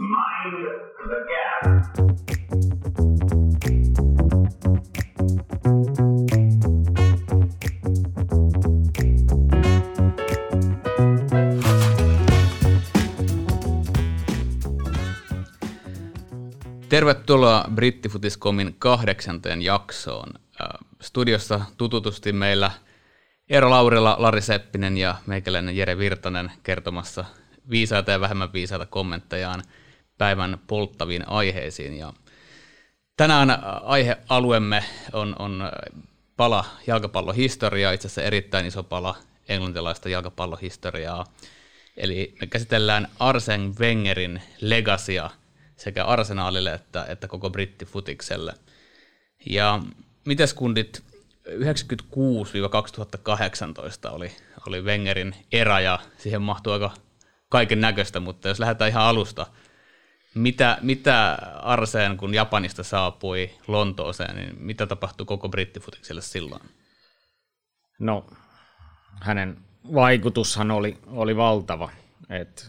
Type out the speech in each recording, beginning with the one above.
Mind the gap. Tervetuloa Brittifutis.comin 8. jaksoon. Studiossa tututusti meillä Eero Laurila, Lari Seppinen ja meikäläinen Jere Virtanen kertomassa viisaita ja vähemmän viisaita kommenttejaan päivän polttaviin aiheisiin. Ja tänään aihealueemme on pala jalkapallohistoriaa, itse asiassa erittäin iso pala englantilaista jalkapallohistoriaa. Eli me käsitellään Arsene Wengerin legacia sekä Arsenalille että koko brittifutikselle. Ja mites kundit, 1996-2018 oli Wengerin era ja siihen mahtui aika kaiken näköistä, mutta jos lähdetään ihan alusta, mitä Arsene, kun Japanista saapui Lontooseen, niin mitä tapahtui koko brittifutikselle silloin? No, hänen vaikutushan oli valtava, että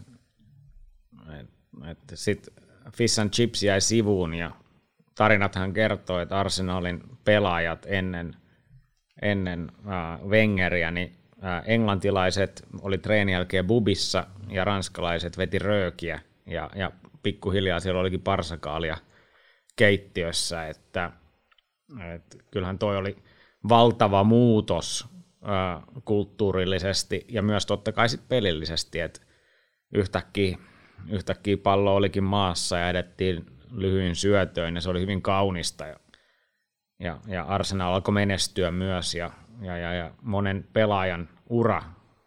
sitten Fish and Chips jäi sivuun ja tarinathan kertoo, että Arsenalin pelaajat ennen Wengeriä, niin englantilaiset oli treenin jälkeen bubissa ja ranskalaiset veti röökiä ja pikkuhiljaa siellä olikin parsakaalia keittiössä, että kyllähän toi oli valtava muutos kulttuurillisesti ja myös totta kai sit pelillisesti, että yhtäkkiä pallo olikin maassa ja edettiin lyhyin syötöin ja se oli hyvin kaunista ja Arsenal alkoi menestyä myös ja monen pelaajan ura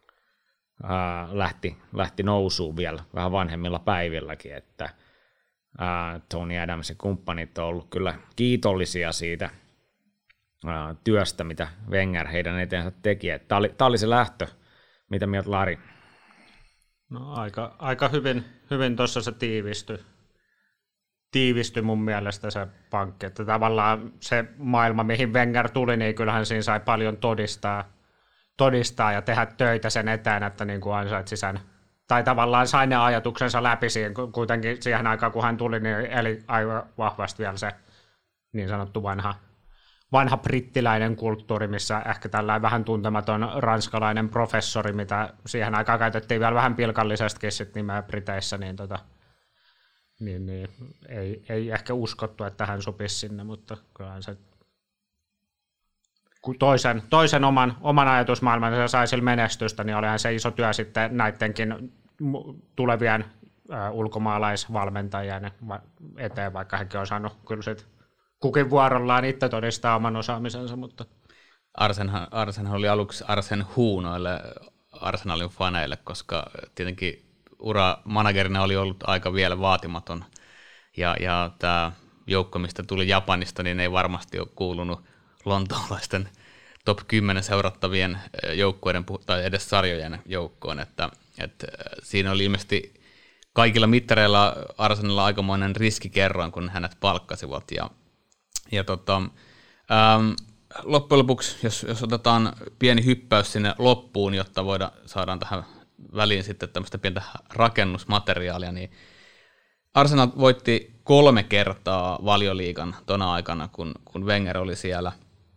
lähti nousuun vielä vähän vanhemmilla päivilläkin, että Tony Adams ja kumppanit on ollut kyllä kiitollisia siitä työstä, mitä Wenger heidän eteensä teki. Tämä oli se lähtö, mitä mieltä Lari? No aika hyvin tuossa se tiivistyi mun mielestä se pankki, että tavallaan se maailma, mihin Wenger tuli, niin kyllähän siinä sai paljon todistaa ja tehdä töitä sen eteen, että niin kuin ansaitsi sen, tai tavallaan sai ne ajatuksensa läpi siihen, kuitenkin siihen aikaan, kun hän tuli, niin eli aivan vahvasti vielä se niin sanottu vanha brittiläinen kulttuuri, missä ehkä tällainen vähän tuntematon ranskalainen professori, mitä siihen aikaan käytettiin vielä vähän pilkallisestikin sit nimeä Briteissä, niin ei ehkä uskottu, että hän sopisi sinne, mutta kyllähän se toisen oman ajatusmaailman se sai sillä menestystä, niin olihan se iso työ sitten näidenkin tulevien ulkomaalaisvalmentajien eteen, vaikka hekin on saanut kyllä sit kukin vuorollaan itse todistaa oman osaamisensa, mutta Arsenhan oli aluksi Arsen Who noille Arsenalin faneille, koska tietenkin ura managerina oli ollut aika vielä vaatimaton, ja tämä joukko, mistä tuli Japanista, niin ei varmasti ole kuulunut lontoolaisten top 10 seurattavien joukkueiden tai edes sarjojen joukkoon, että siinä oli ilmeisesti kaikilla mittareilla Arsenalilla aikamoinen riskikerroin, kun hänet palkkasivat, loppujen lopuksi, jos otetaan pieni hyppäys sinne loppuun, jotta saadaan tähän väliin sitten tämmöistä pientä rakennusmateriaalia, niin Arsenal voitti 3 kertaa Valioliigan tona aikana, kun Wenger oli siellä.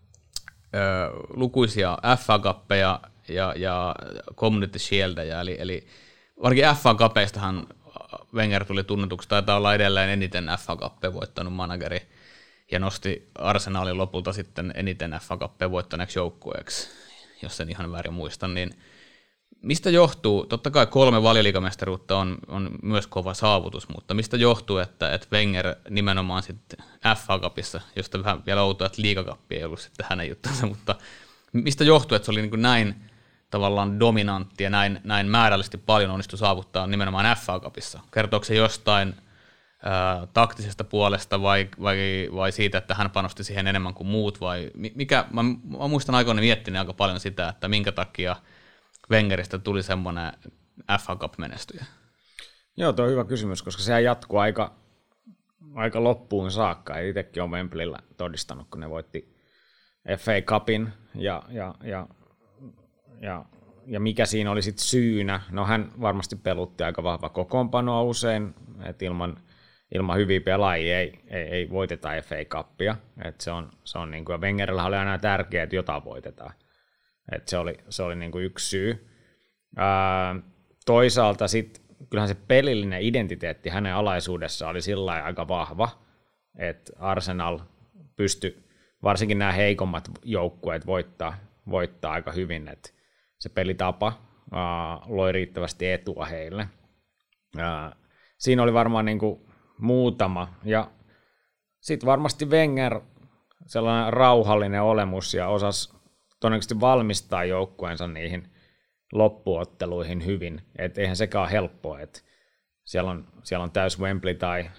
Lukuisia FA-kappeja ja Community Shieldeja, eli varsinkin FA-kapeistahan Wenger tuli tunnetuksi, taitaa olla edelleen eniten FA-kappeja voittanut manageri, ja nosti Arsenalin lopulta sitten eniten FA-kappeja voittaneeksi joukkueeksi, jos en ihan väärin muista, niin mistä johtuu, totta kai 3 Valioliigamestaruutta on myös kova saavutus, mutta mistä johtuu, että Wenger nimenomaan sitten FA-kapissa, josta vähän vielä outoa, että liigakappi ei ollut sitten hänen juttansa, mutta mistä johtuu, että se oli niin kuin näin tavallaan dominantti ja näin määrällisesti paljon onnistui saavuttaa nimenomaan FA-kapissa? Kertooko se jostain taktisesta puolesta vai siitä, että hän panosti siihen enemmän kuin muut, vai mä muistan aikoina miettinyt aika paljon sitä, että minkä takia Wengeristä tuli semmoinen FA Cup-menestyjä? Joo, tuo on hyvä kysymys, koska sehän jatkuu aika loppuun saakka. Itsekin olen Wembleyllä todistanut, kun ne voitti FA Cupin ja ja mikä siinä oli sitten syynä? No hän varmasti pelutti aika vahva kokoonpanoa usein, että ilman hyviä pelaajia ei voiteta FA Cupia. Et se on niin kuin, ja Wengerillä oli aina tärkeää, että jotain voitetaan. Et se oli niin kuin yksi syy. Toisaalta sitten kyllähän se pelillinen identiteetti hänen alaisuudessaan oli sillä lailla aika vahva, että Arsenal pystyi varsinkin nämä heikommat joukkueet voittaa aika hyvin, että se pelitapa loi riittävästi etua heille. Siinä oli varmaan niin kuin muutama, ja sitten varmasti Wenger, sellainen rauhallinen olemus, ja osasi todennäköisesti valmistaa joukkueensa niihin loppuotteluihin hyvin, että eihän sekään ole helppoa, että siellä on täys Wembley tai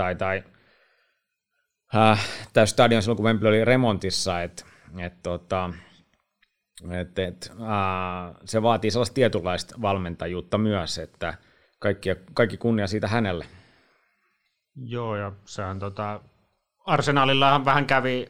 täys stadion silloin, kun Wembley oli remontissa, se vaatii sellaista tietynlaista valmentajuutta myös, että kaikki kunnia siitä hänelle. Joo, ja sehän Arsenalillahan vähän kävi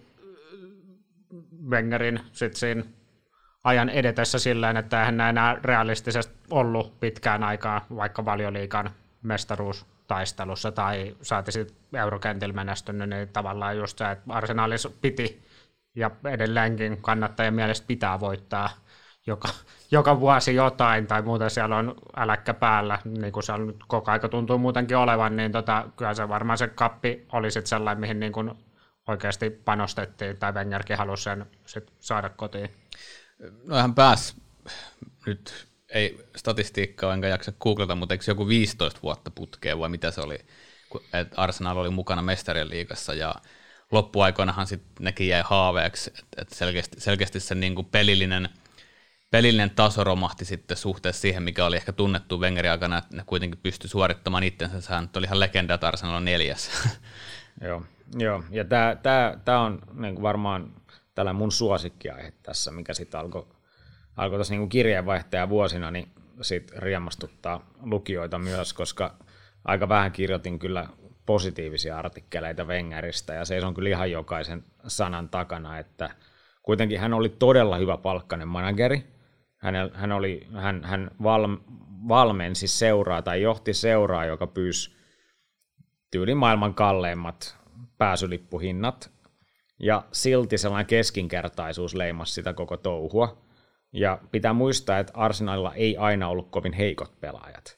Wengerin sit siinä ajan edetessä silleen, että eihän näin enää realistisesti ollut pitkään aikaa vaikka Valioliigan mestaruustaistelussa tai saati sitten eurokentillä menestynyt, niin tavallaan just se, että Arsenalissa piti ja edelleenkin kannattajien mielestä pitää voittaa joka vuosi jotain, tai muuten siellä on äläkkä päällä, niin kuin siellä nyt koko aika tuntuu muutenkin olevan, niin kyllä se varmaan se kappi oli sitten sellainen, mihin niin kuin oikeasti panostettiin, tai Wengerkin halusi sen sit saada kotiin. No hän pääsi, nyt ei statistiikkaa enkä jaksa googlata, mutta eikö joku 15 vuotta putkeen vai mitä se oli, että Arsenal oli mukana Mestarien liigassa ja loppuaikoinahan sitten nekin jäi haaveeksi, että selkeästi se niin kuin pelillinen taso romahti sitten suhteessa siihen, mikä oli ehkä tunnettu Wengerin aikana, että ne kuitenkin pystyi suorittamaan itsensä. Sehän oli ihan legenda, että Arsenal on 4. Joo, ja tämä on niin kuin varmaan tällä mun suosikkiaihe tässä, mikä sitten alkoi tässä niin kirjeenvaihtajan vuosina, niin sitten riemastuttaa lukijoita myös, koska aika vähän kirjoitin kyllä positiivisia artikkeleita Wengeristä, ja seison kyllä ihan jokaisen sanan takana, että kuitenkin hän oli todella hyvä palkkainen manageri. Hän valmensi seuraa tai johti seuraa, joka pyysi tyylin maailman kalleimmat pääsylippuhinnat, ja silti sellainen keskinkertaisuus leimasi sitä koko touhua. Ja pitää muistaa, että Arsenalilla ei aina ollut kovin heikot pelaajat.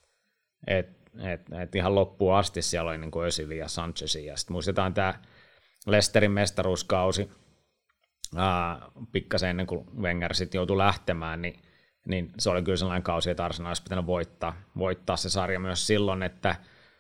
Et ihan loppuun asti siellä oli niin kuin Özilin ja Sanchezin. Ja sitten muistetaan tämä Leicesterin mestaruuskausi, pikkasen ennen kuin Wenger sitten joutui lähtemään, niin se oli kyllä sellainen kausi, että Arsenal olisi pitänyt voittaa se sarja myös silloin, että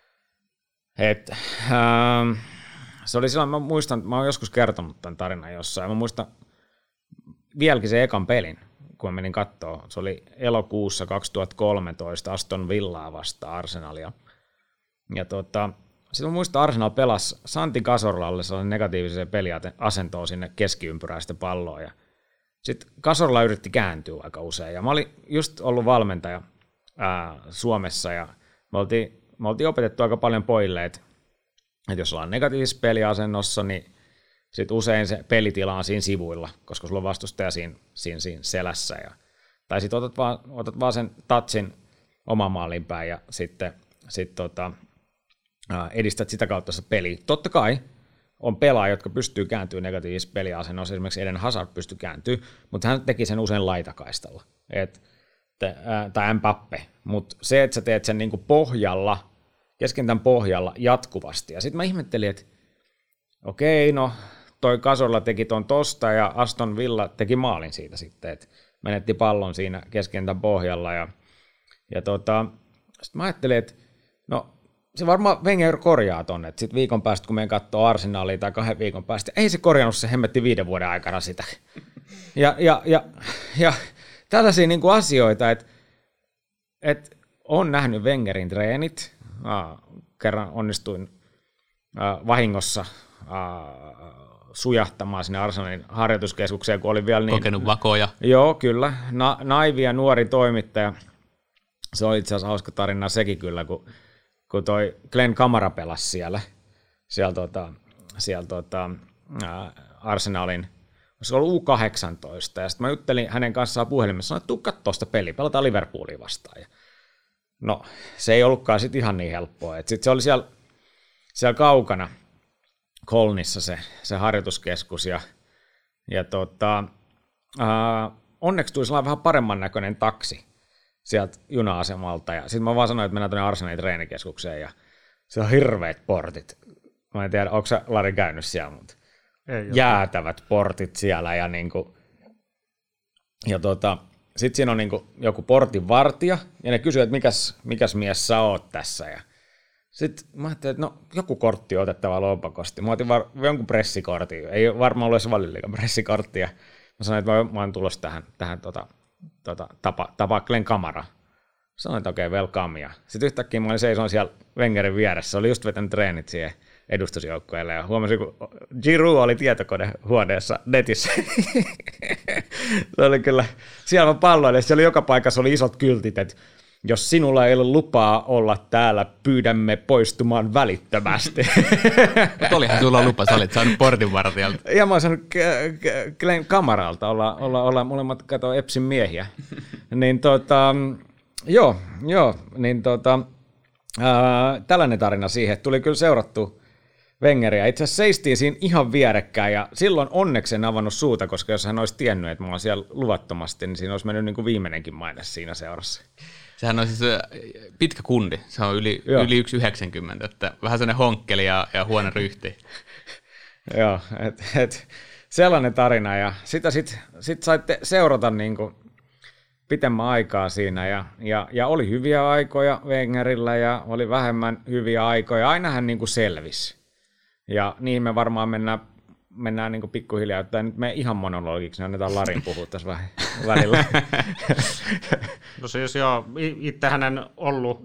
se oli silloin, mä oon joskus kertonut tämän tarinan jossain, mä muistan vieläkin sen ekan pelin, kun mä menin katsoa, se oli elokuussa 2013 Aston Villaa vastaan Arsenalia, ja sitten mä muistan, Arsenal pelasi Santi Cazorlalle sellainen negatiivisen peliasentoon sinne keskiympyrään sitä palloa, ja sitten Cazorla yritti kääntyä aika usein, ja mä olin just ollut valmentaja Suomessa, ja me oltiin opetettu aika paljon pojille, että jos ollaan negatiivisessa peliasennossa, niin sitten usein se pelitila on siinä sivuilla, koska sulla on vastustaja siinä selässä, tai sitten otat vaan sen touchin oman maalin päin, ja sitten edistät sitä kautta se peli. Totta kai on pelaajia, jotka pystyy kääntyä negatiivisessa peliasennossa, esimerkiksi Eden Hazard pystyy kääntyä, mutta hän teki sen usein laitakaistalla, tai Mbappe, mutta se, että sä teet sen niinku pohjalla, keskentän pohjalla jatkuvasti, ja sitten mä ihmettelin, että okei, no toi Cazorla teki ton tosta, ja Aston Villa teki maalin siitä sitten, että menetti pallon siinä keskentän pohjalla, ja sitten mä ajattelin, että no se varmaan Wenger korjaa tonne, että sitten viikon päästä, kun meidän katsoo Arsenalia tai 2 viikon päästä, ei se korjannut, se hemmetti 5 vuoden aikana sitä. Ja tällaisia niin kuin asioita, että on nähnyt Wengerin treenit, kerran onnistuin vahingossa sujahtamaan sinne Arsenalin harjoituskeskukseen, kun oli vielä niin... Kokenut vakoja. Joo, kyllä. Naivi ja nuori toimittaja. Se oli itse asiassa hauska tarina sekin kyllä, kun toi Glenn Kamara pelasi siellä Arsenalin, se oli U18, ja sitten mä juttelin hänen kanssaan puhelimessa, sanoin, että tuu kattoo sitä peliä, pelataan Liverpoolia vastaan. Ja no, se ei ollutkaan sitten ihan niin helppoa. Sitten se oli siellä kaukana Kolnissa se harjoituskeskus, ja onneksi tuli sellainen vähän paremman näköinen taksi sieltä juna-asemalta, ja sitten mä vaan sanoin, että mennään tuonne Arsenalin treenikeskukseen, ja se on hirveät portit. Mä en tiedä, onko sä, Lari, käynyt siellä, mutta jäätävät portit siellä, ja sitten siinä on joku portinvartija, ja ne kysyy, että mikäs mies sä oot tässä, ja sitten mä ajattelin, että no joku kortti on otettava lompakosti. Mä otin jonkun pressikortin, ei varmaan ollut edes Valioliigan pressikortti, ja mä sanoin, että mä oon tulossa tähän Tapaklen kamaraan. Sanoin, että okei, welcome. Ja sitten yhtäkkiä mä olin seisoin siellä Wengerin vieressä. Se oli just vetänyt treenit siihen edustusjoukkueelle. Ja huomasin, kun Giroud oli tietokonehuoneessa netissä. Se oli kyllä, siellä mä palloilin. Siellä joka paikassa oli isot kyltit, että jos sinulla ei ole lupaa olla täällä, pyydämme poistumaan välittömästi. Mutta olihan sulla lupa, sä olit saanut portinvartijalta. Ja mä oon saanut Glenn kamaralta olla molemmat, kato, Epsin miehiä. Niin tällainen tarina siihen, tuli kyllä seurattu Wengeriä. Itse asiassa seistiin siinä ihan vierekkäin, ja silloin onneksi en avannut suuta, koska jos hän olisi tiennyt, että mä oon siellä luvattomasti, niin siinä olisi mennyt niin kuin viimeinenkin maine siinä seurassa. Sehän on siis pitkä kundi, se on yli 1,90, että vähän sellainen honkkeli ja huono ryhti. Joo, sellainen tarina, ja sitä sit saitte seurata niin kuin pitemmän aikaa siinä, ja oli hyviä aikoja Wengerillä, ja oli vähemmän hyviä aikoja, aina hän niin kuin selvisi. Ja niin me varmaan mennään niin kuin pikkuhiljaa, että nyt mene ihan monologiksi, niin annetaan Larin puhua tässä vähän välillä. No siis joo, itsehän en ollut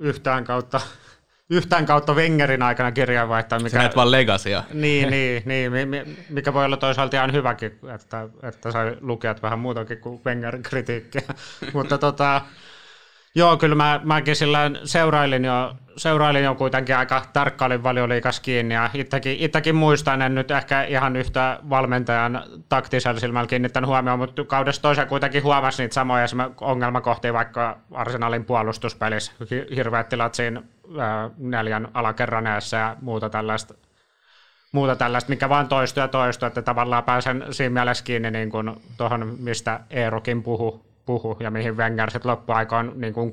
yhtään kautta Wengerin aikana kirjeenvaihtaja. Sä näet vaan legasia. Niin, mikä voi olla toisaalta ihan hyväkin, että sai lukijat vähän muutakin kuin Wengerin kritiikkiä. Mutta joo, kyllä mäkin sillä seurailin jo kuitenkin aika tarkkailin Valioliigassa kiinni, ja itsekin muistan, en nyt ehkä ihan yhtä valmentajan taktisella silmällä kiinnittänyt huomioon, mutta kaudesta toiseen kuitenkin huomasi niitä samoja ongelmakohtia, vaikka Arsenalin puolustuspelissä, hirveät tilat siinä 4 alakerran eessä ja muuta tällaista, mikä vaan toistuu, että tavallaan pääsen siinä mielessä kiinni niin kuin tuohon, mistä Eerokin puhu ja mihin Wenger sitten loppuaikoin niin kuin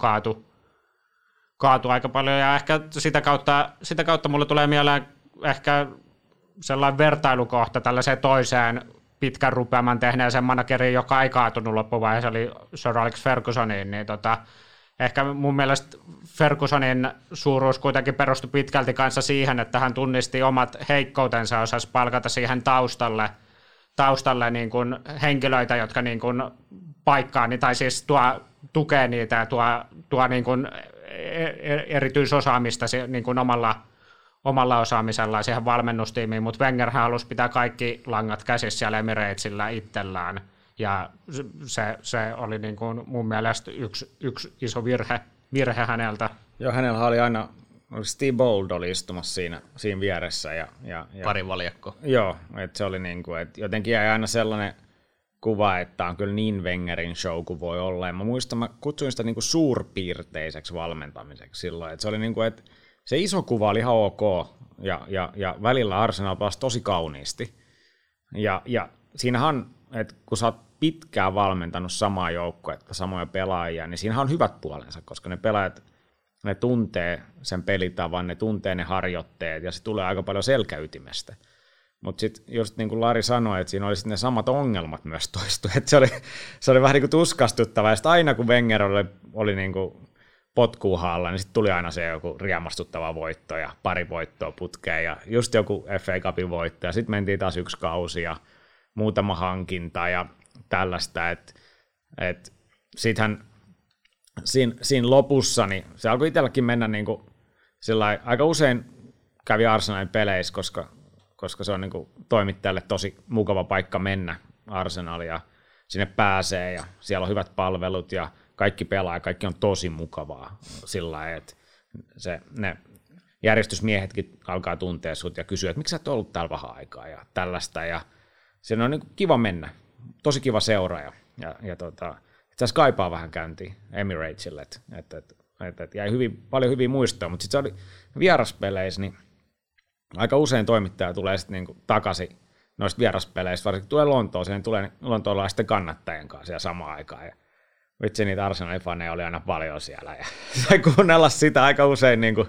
kaatui aika paljon, ja ehkä sitä kautta mulle tulee mieleen ehkä sellainen vertailukohta tällaiseen toiseen pitkän rupeaman tehneeseen manageriin, joka ei kaatunut loppuvaiheessa, eli Sir Alex Fergusoniin, niin ehkä mun mielestä Fergusonin suuruus kuitenkin perustui pitkälti kanssa siihen, että hän tunnisti omat heikkoutensa, osasi palkata siihen taustalle niin kuin henkilöitä, jotka niin kuin paikkaa, tai siis tukee niitä ja tuo niin kuin erityisosaamista niin kuin omalla osaamisellaan siihen valmennustiimiin, mutta Wenger halusi pitää kaikki langat käsissä siellä Emiratesillä itsellään, ja se oli niin kuin mun mielestä yksi iso virhe häneltä. Joo, hänellä oli aina, Steve Bold oli istumassa siinä vieressä. Ja pari valjakko. Joo, että se oli niin kuin, että jotenkin jäi aina sellainen kuva, että on kyllä niin Wengerin show kuin voi olla. Ja mä muistan, mä kutsuin sitä niin kuin suurpiirteiseksi valmentamiseksi silloin, että se oli niin kuin, että se iso kuva oli ihan ok, ja välillä Arsenal pelasi tosi kauniisti. Ja siinähän, että kun sä oot pitkään valmentanut samaa joukkuetta, samoja pelaajia, niin siinähän on hyvät puolensa, koska ne pelaajat, ne tuntee sen pelitavan, ne tuntee ne harjoitteet, ja se tulee aika paljon selkäytimestä. Mutta sitten just niin kuin Lari sanoi, että siinä oli ne samat ongelmat myös toistu, että se oli vähän niin kuin tuskastuttava, ja sitten aina kun Wenger oli niin kuin potkuuhalla, niin sitten tuli aina se joku riemastuttava voitto ja pari voittoa putkeen, ja just joku FA Cupin voitto, ja sitten mentiin taas 1 kausi ja muutama hankinta ja tällaista, että sittenhän siinä lopussa, niin se alkoi itselläkin mennä niin kuin sillai, aika usein kävi Arsenalin peleissä, koska se on niin kuin toimittajalle tosi mukava paikka mennä Arsenaliin, ja sinne pääsee, ja siellä on hyvät palvelut, ja kaikki pelaa, kaikki on tosi mukavaa sillä lailla, että ne järjestysmiehetkin alkaa tuntea sut ja kysyä, että miksi sä et ollut täällä vähän aikaa ja tällaista, ja siinä on niin kuin kiva mennä. tosi kiva seuraaja. Ja itse asiassa kaipaa vähän käyntiä Emiratesille, että jäi paljon hyviä muistoja, mutta sitten se oli vieraspeleissä, niin aika usein toimittaja tulee sitten niinku takaisin noista vieraspeleistä, varsinkin tulee Lontooseen, tulee lontoolaisten kannattajien kanssa siellä samaan aikaan. Ja vitsi, niitä Arsenal-faneja oli aina paljon siellä, ja sai kuunnella sitä aika usein niinku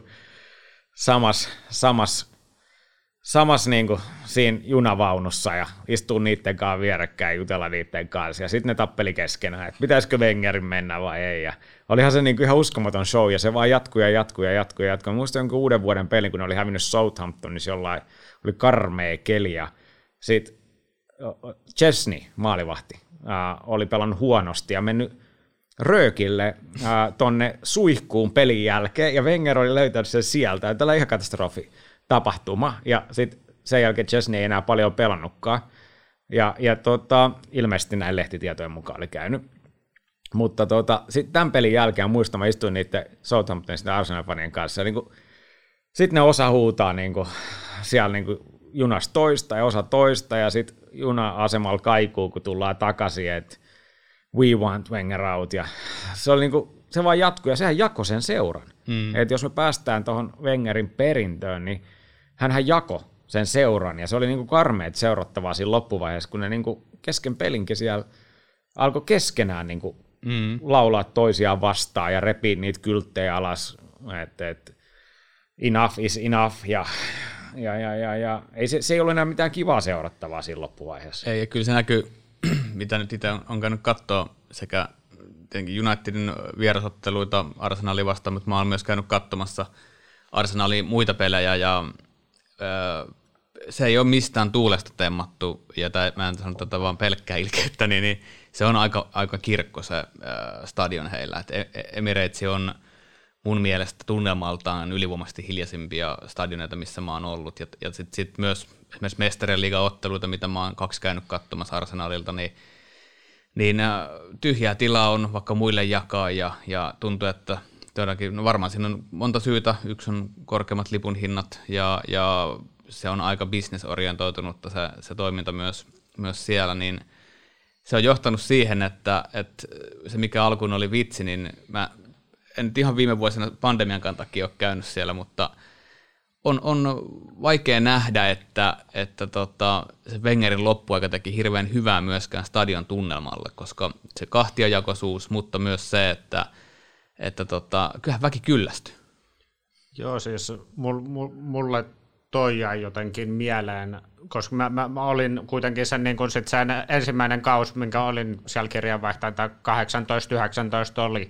samassa niinku siinä junavaunussa ja istuu niiden kanssa vierekkäin ja jutella niiden kanssa. Ja sitten ne tappeli keskenään, että pitäisikö Wengerin mennä vai ei. Ja olihan se niinku ihan uskomaton show ja se vaan jatkuu. Muistan jonkun uuden vuoden pelin, kun ne oli hävinnyt Southamptonissa jollain, oli karmea keli. Ja sitten Chesney, maalivahti, oli pelannut huonosti ja mennyt röökille tonne suihkuun pelin jälkeen. Ja Wenger oli löytänyt sen sieltä. Tällä ihan katastrofi tapahtuma, ja sitten sen jälkeen Chesney ei enää paljon pelannutkaan, ja ilmeisesti näin lehtitietojen mukaan oli käynyt. Mutta sitten tämän pelin jälkeen muistan, mä istuin niiden Southamptonin Arsenal-fanien kanssa, ja sitten ne osa huutaa siellä junasta toista ja osa toista, ja sitten juna-asemalla kaikuu, kun tullaan takaisin, että we want Wenger out, ja se oli se vaan jatkuu, ja sehän jakoi sen seuran. Että jos me päästään tuohon Wengerin perintöön, niin hänhän jako sen seuran, ja se oli karmeet seurattavaa siinä loppuvaiheessa, kun ne kesken pelinkin siellä alkoi keskenään laulaa toisiaan vastaan ja repii niitä kylttejä alas, että enough is enough, ja ei se ei ollut enää mitään kivaa seurattavaa siinä loppuvaiheessa. Ei, ja kyllä se näkyy, mitä nyt itse on käynyt katsoa sekä tietenkin Unitedin vierasotteluita Arsenalin vastaan, mutta mä oon myös käynyt katsomassa Arsenalin muita pelejä, ja se ei ole mistään tuulesta temmattu, ja mä en sano tätä vaan pelkkää ilkeyttä, niin se on aika kirkko se stadion heillä. Emirates on mun mielestä tunnelmaltaan ylivoimaisesti hiljaisimpia stadioneita, missä mä oon ollut, ja sitten myös esimerkiksi Mestarien liigan otteluita, mitä mä oon 2 käynyt katsomassa Arsenalilta, niin tyhjää tilaa on vaikka muille jakaa, ja tuntuu, että todellakin, no varmaan siinä on monta syytä. Yksi on korkeammat lipun hinnat, ja se on aika business-orientoitunutta se toiminta myös siellä, niin se on johtanut siihen, että se mikä alkuun oli vitsi, niin mä en nyt ihan viime vuosina pandemian takia ole käynyt siellä, mutta on vaikea nähdä, että se Wengerin loppuaika teki hirveän hyvää myöskään stadion tunnelmalle, koska se kahtiajakoisuus, mutta myös se, että kyllähän väki kyllästyi. Joo, siis mulle toi jäi jotenkin mieleen, koska mä olin kuitenkin sen, sen ensimmäinen kausi, minkä olin siellä kirjanvaihtajan, tai 18-19 oli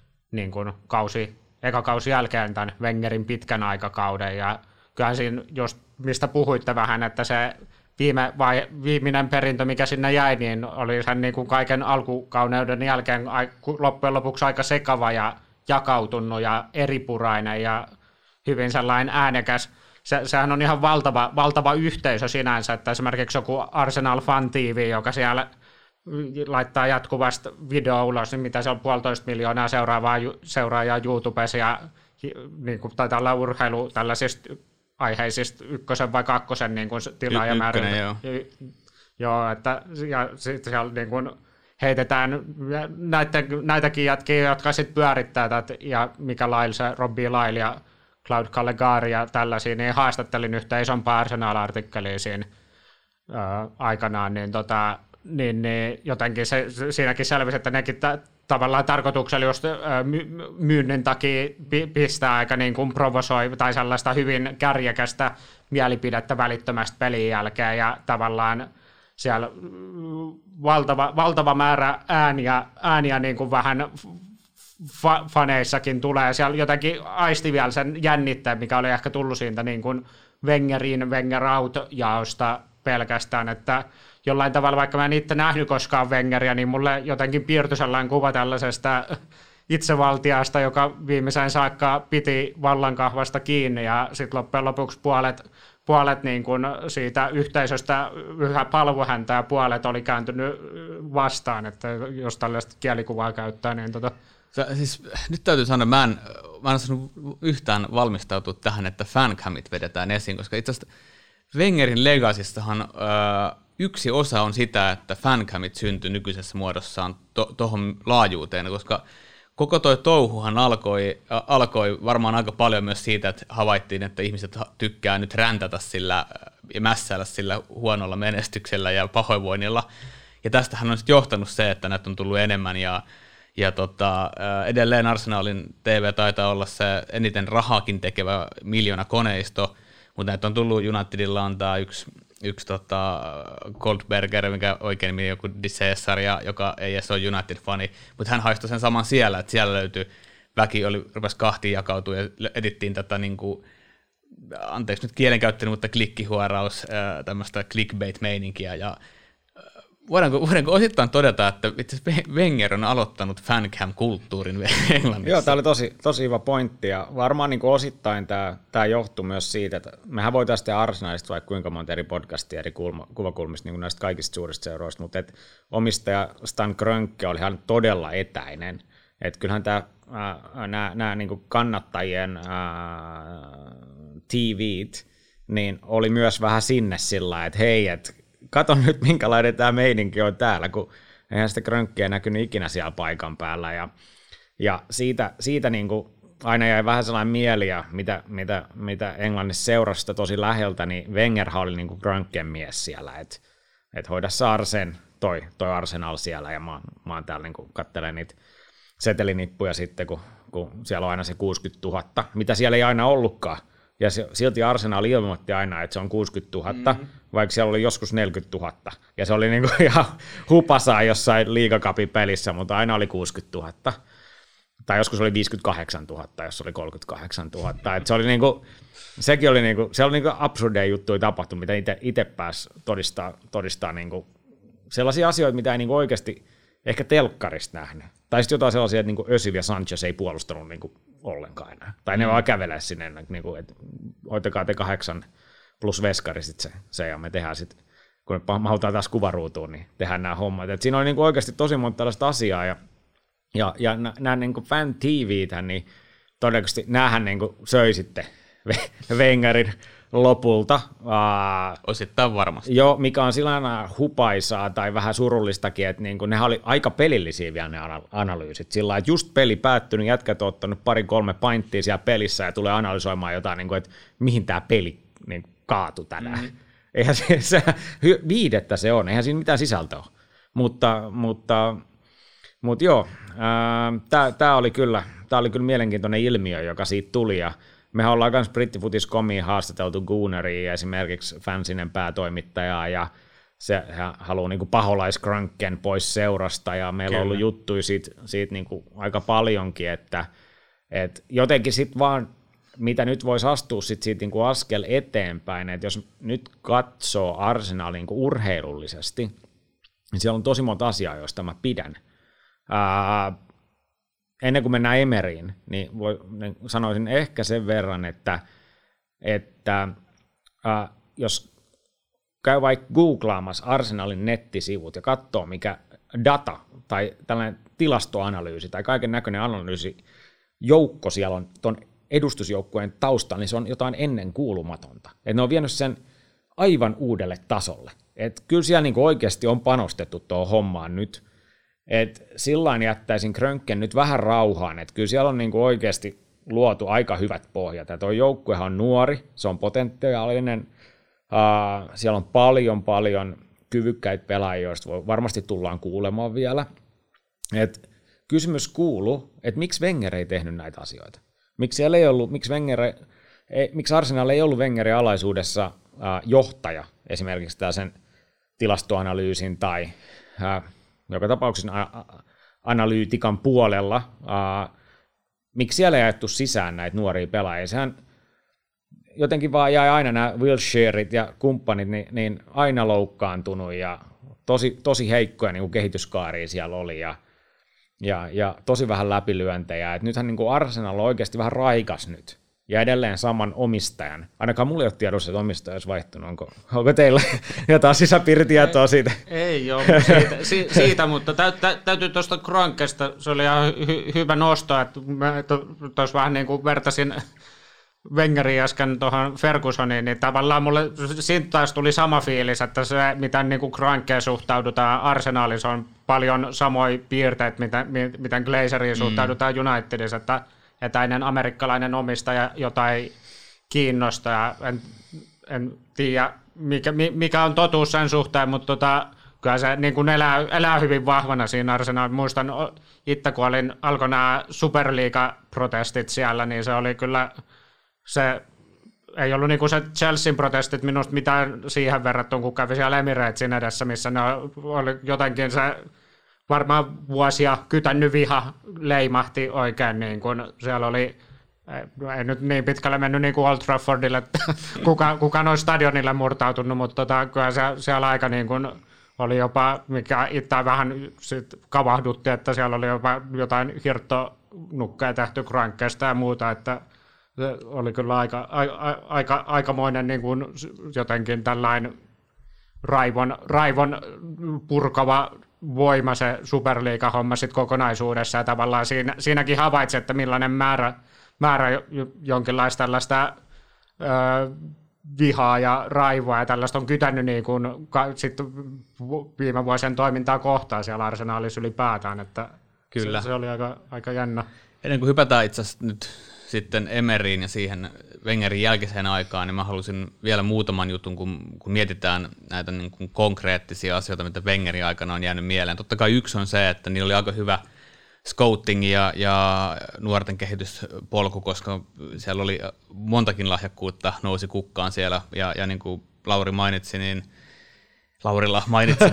eka kausi jälkeen tämän Wengerin pitkän aikakauden, ja kyllähän siinä, just mistä puhuitte vähän, että se viimeinen perintö, mikä sinne jäi, niin oli sen kaiken alkukauneuden jälkeen loppujen lopuksi aika sekava ja jakautunut ja eripurainen ja hyvin sellainen äänekäs. Sehän on ihan valtava yhteisö sinänsä, että esimerkiksi joku Arsenal Fan TV, joka siellä laittaa jatkuvasti video ulos, niin mitä se on 1,5 miljoonaa seuraajaa YouTubessa, ja taitaa olla urheilu tällaisista aiheisista 1. vai 2. tilaajamäärillä. Joo, että ja sitten siellä heitetään näitäkin jätkiä, jotka sitten pyörittää ja mikä Lyle, se Robbie Lyle ja Cloud Calegari ja tällaisia, niin haastattelin yhtä isompaa Arsenal-artikkelia siinä aikanaan, niin jotenkin siinäkin selvisi, että nekin tavallaan tarkoituksella just myynnin takia pistää aika provosoi tai sellaista hyvin kärjekästä mielipidettä välittömästä pelin jälkeen, ja tavallaan siellä valtava määrä ääniä vähän faneissakin tulee. Siellä jotenkin aisti vielä sen jännitteen, mikä oli ehkä tullut siitä Wenger out-jaosta pelkästään, että jollain tavalla, vaikka mä en itse nähnyt koskaan Wengeria, niin mulle jotenkin piirtyi sellainen kuva tällaisesta itsevaltiasta, joka viimeiseen saakka piti vallankahvasta kiinni, ja sitten loppujen lopuksi puolet siitä yhteisöstä yhä palvoi häntä, ja puolet oli kääntynyt vastaan, että jos tällaista kielikuvaa käyttää, niin Siis, nyt täytyy sanoa, mä en saanut yhtään valmistautua tähän, että fancamit vedetään esiin, koska itse asiassa Wengerin legacystahan yksi osa on sitä, että fancamit syntyi nykyisessä muodossaan tuohon laajuuteen, koska koko toi touhuhan alkoi varmaan aika paljon myös siitä, että havaittiin, että ihmiset tykkää nyt räntätä sillä ja mässäillä sillä huonolla menestyksellä ja pahoinvoinnilla. Ja tästähän on sitten johtanut se, että näitä on tullut enemmän ja edelleen Arsenalin TV taitaa olla se eniten rahaakin tekevä miljoona-koneisto, mutta näitä on tullut Unitedilla antaa yksi Goldberger, mikä oikein nimi joku Di Cesar, joka ei edes ole United-fani, mutta hän haistoi sen saman siellä, että siellä löytyi, väki rupesi kahtiin jakautua ja edittiin tätä niin kuin, anteeksi nyt kielenkäyttänyt, mutta klikkihuoraus, tämmöistä clickbait-meininkiä ja voidaanko osittain todeta, että itse Wenger on aloittanut fancam-kulttuurin Englannissa? Joo, tämä oli tosi hyvä pointti, ja varmaan niin osittain tämä johtuu myös siitä, että mehän voitaisiin tehdä Arsenalista vaikka kuinka monta eri podcastia eri kuvakulmista niin näistä kaikista suurista seuroista, mutta omistaja Stan Kroenke oli ihan todella etäinen. Että kyllähän nämä niin kannattajien TVt niin oli myös vähän sinne sillä, että hei, että kato nyt, minkälainen tämä meininki on täällä, kun eihän sitä Krönkkiä näkynyt ikinä siellä paikan päällä. Ja siitä niin kuin aina jäi vähän sellainen mieli, ja mitä Englannissa seurasi tosi läheltä, niin Wengerhan oli niin kuin Krönkkien mies siellä, että hoida Sarsen toi Arsenal siellä, ja mä oon täällä niin katselen niitä setelinippuja sitten, kun siellä on aina se 60 000, mitä siellä ei aina ollutkaan. Ja silti Arsenal ilmoitti aina, että se on 60 000, vaikka siellä oli joskus 40 000. Ja se oli niinku ihan hupasaa jossain liigacupin pelissä, mutta aina oli 60 000. Tai joskus oli 58 000, jos oli 38 000. Et se oli niinku, sekin oli niinku, se oli niinku absurdeja juttuja tapahtunut, mitä itse pääsi todistaa niinku sellaisia asioita, mitä ei niinku oikeasti ehkä telkkarista nähnyt. Tai sitten jotain sellaisia, että niinku Özil ja Sanchez ei puolustanut niinku ollenkaan enää. Tai ne vaan kävelee sinne, niinku, että hoitakaa te 8 plus veskari sitten se, ja me tehdään sitten, kun me mahutaan taas kuvaruutuun, niin tehdään nämä hommat. Et siinä oli niinku oikeasti tosi monta tällaista asiaa, ja nämä niinku fan TV:thän, niin todennäköisesti näähän niinku söi sitten Wengerin lopulta. Osittain varmasti. Joo, mikä on sillä hupaisaa tai vähän surullistakin, että niinku, nehän oli aika pelillisiä vielä ne analyysit. Sillä että just peli päättynyt, jätkät on ottanut 2-3 painttia siellä pelissä ja tulee analysoimaan jotain, niinku, että mihin tämä peli niin kaatui tänään. Mm-hmm. Eihän se viidettä se on, eihän siinä mitään sisältöä ole. Mutta joo, tämä oli kyllä mielenkiintoinen ilmiö, joka siitä tuli, ja mehän ollaan myös Brittifutis.comiin haastateltu Gooneria, esimerkiksi Fansinen päätoimittajaa, ja se haluaa niin paholaiskrankken pois seurasta, ja meillä on ollut juttuja siitä niin kuin aika paljonkin, että jotenkin sitten vaan, mitä nyt voisi astua siitä niin kuin askel eteenpäin, että jos nyt katsoo Arsenalin niin kuin urheilullisesti, niin siellä on tosi monta asiaa, joista mä pidän. Ennen kuin mennään Emeriin, niin sanoisin ehkä sen verran, että jos käy vaikka googlaamassa Arsenalin nettisivut ja katsoo, mikä data tai tällainen tilastoanalyysi tai kaiken näköinen analyysi joukko siellä on tuon edustusjoukkueen taustalla, niin se on jotain ennen kuulumatonta. Et ne on vienyt sen aivan uudelle tasolle. Et kyllä siellä niinku oikeasti on panostettu tuohon hommaan nyt. Et sillain jättäisin Krönkken nyt vähän rauhaan, että kyllä siellä on niinku oikeasti luotu aika hyvät pohjat. Ja tuo joukkuehan on nuori, se on potentiaalinen, siellä on paljon kyvykkäitä pelaajia, joista varmasti tullaan kuulemaan vielä. Et kysymys kuuluu, että miksi Wenger ei tehnyt näitä asioita? Miksi Arsenal ei ollut Wengerin alaisuudessa johtaja, esimerkiksi sen tilastoanalyysin tai joka tapauksessa analyytikan puolella, miksi siellä ei ajettu sisään näitä nuoria pelaajia? Sehän jotenkin vaan jäi aina nämä Wilshereit ja kumppanit niin aina loukkaantunut ja tosi heikkoja niin kuin kehityskaaria siellä oli ja tosi vähän läpilyöntejä. Et nythän niin kuin Arsenal on oikeasti vähän raikas nyt. Ja edelleen saman omistajan. Ainakaan mulla ei ole tiedossa, että omistaja olisi vaihtunut. Onko teillä jotain sisäpiiritietoa siitä? Ei ole siitä, mutta täytyy tuosta Kroenkesta, se oli ihan hyvä nosto, että tuossa vähän niin kuin vertasin Wengerin äsken tuohon Fergusoniin, niin tavallaan mulle siitä taas tuli sama fiilis, että se, miten niin Kroenkeen suhtaudutaan Arsenalissa, on paljon samoja piirteitä, miten Glazeriin suhtaudutaan Unitedissa, että ennen amerikkalainen omistaja jotain kiinnostaa. En tiedä, mikä on totuus sen suhteen, mutta kyllä se niin kuin elää hyvin vahvana siinä Arsenalissa. Muistan itse, kun alkoi nämä Superliiga-protestit siellä, niin se oli kyllä, se ei ollut niin kuin se Chelsean protestit minusta mitään siihen verrattuna, kun kävi siellä Emiratesin edessä, missä ne oli jotenkin se varmaan vuosia kytännyt viha leimahti oikein, niin kuin siellä oli. Ei nyt niin pitkälle mennyt niin kuin Old Traffordille, että kukaan on stadionille murtautunut, mutta kyllä siellä aika niin kuin oli jopa, mikä itse vähän sit kavahdutti, että siellä oli jopa jotain hirttonukkeja tehty Kroenkeesta ja muuta, että se oli kyllä aikamoinen niin kuin jotenkin tällainen raivon purkava voima se Superliiga-homma sitten kokonaisuudessa, ja tavallaan siinäkin havaitsi, että millainen määrä jonkinlaista tällaista vihaa ja raivoa ja tällaista on kytännyt niin kuin, sitten viime vuosien toimintaa kohtaan siellä Arsenalissa ylipäätään, että kyllä. Se oli aika jännä. Ennen kuin hypätään itse asiassa nyt sitten Emeriin ja siihen Wengerin jälkeiseen aikaan, niin mä halusin vielä muutaman jutun, kun mietitään näitä niin kuin konkreettisia asioita, mitä Wengerin aikana on jäänyt mieleen. Totta kai yksi on se, että niillä oli aika hyvä scouting ja nuorten kehityspolku, koska siellä oli montakin lahjakkuutta nousi kukkaan siellä, ja niin kuin Laurilla mainitsi,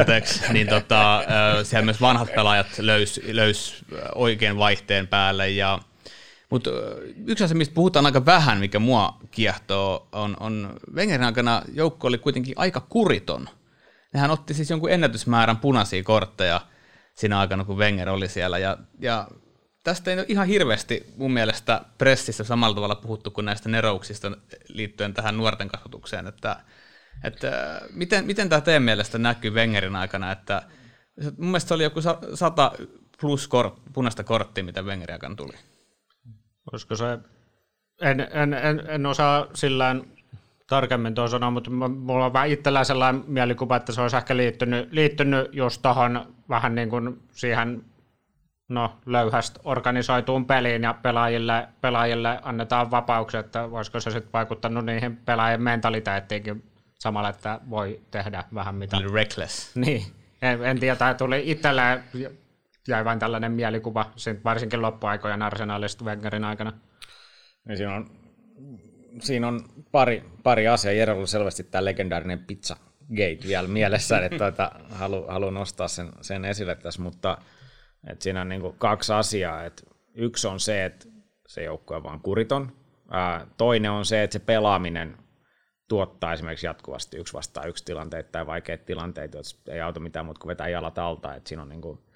siellä myös vanhat pelaajat löys oikein vaihteen päälle, mutta yksi asia, mistä puhutaan aika vähän, mikä mua kiehtoo, on Wengerin aikana joukko oli kuitenkin aika kuriton. Nehän otti siis jonkun ennätysmäärän punaisia kortteja siinä aikana, kun Wenger oli siellä, ja tästä ei ole ihan hirveästi mun mielestä pressissä samalla tavalla puhuttu kuin näistä nerouksista liittyen tähän nuorten kasvatukseen, että miten tämä teidän mielestä näkyy Wengerin aikana, että mun mielestä se oli joku 100 plus punaista korttia, mitä Wengerin aikana tuli. Olisiko se, en osaa sillään tarkemmin tuon sanoa, mutta mulla on vähän itsellään sellainen mielikuva, että se olisi ehkä liittynyt just tuohon vähän niin kuin siihen löyhästi organisoituun peliin ja pelaajille annetaan vapauksia, että voisiko se sitten vaikuttanut niihin pelaajien mentaliteettiinkin samalla, että voi tehdä vähän mitä. Reckless. Niin, en tiedä, tuli itselleen jäi vain tällainen mielikuva, varsinkin loppuaikojen Arsenalista Wengerin aikana. Niin siinä on pari asiaa. Jerolla on selvästi tämä legendaarinen Pizzagate vielä mielessään, että haluan nostaa sen esille tässä, mutta että siinä on niin kuin kaksi asiaa. Että yksi on se, että se joukkue on vaan kuriton. Toinen on se, että se pelaaminen tuottaa esimerkiksi jatkuvasti 1-1 tilanteita tai vaikeita tilanteita, jotka ei auta mitään muuta kuin vetää jalat alta. Että siinä on niin kuin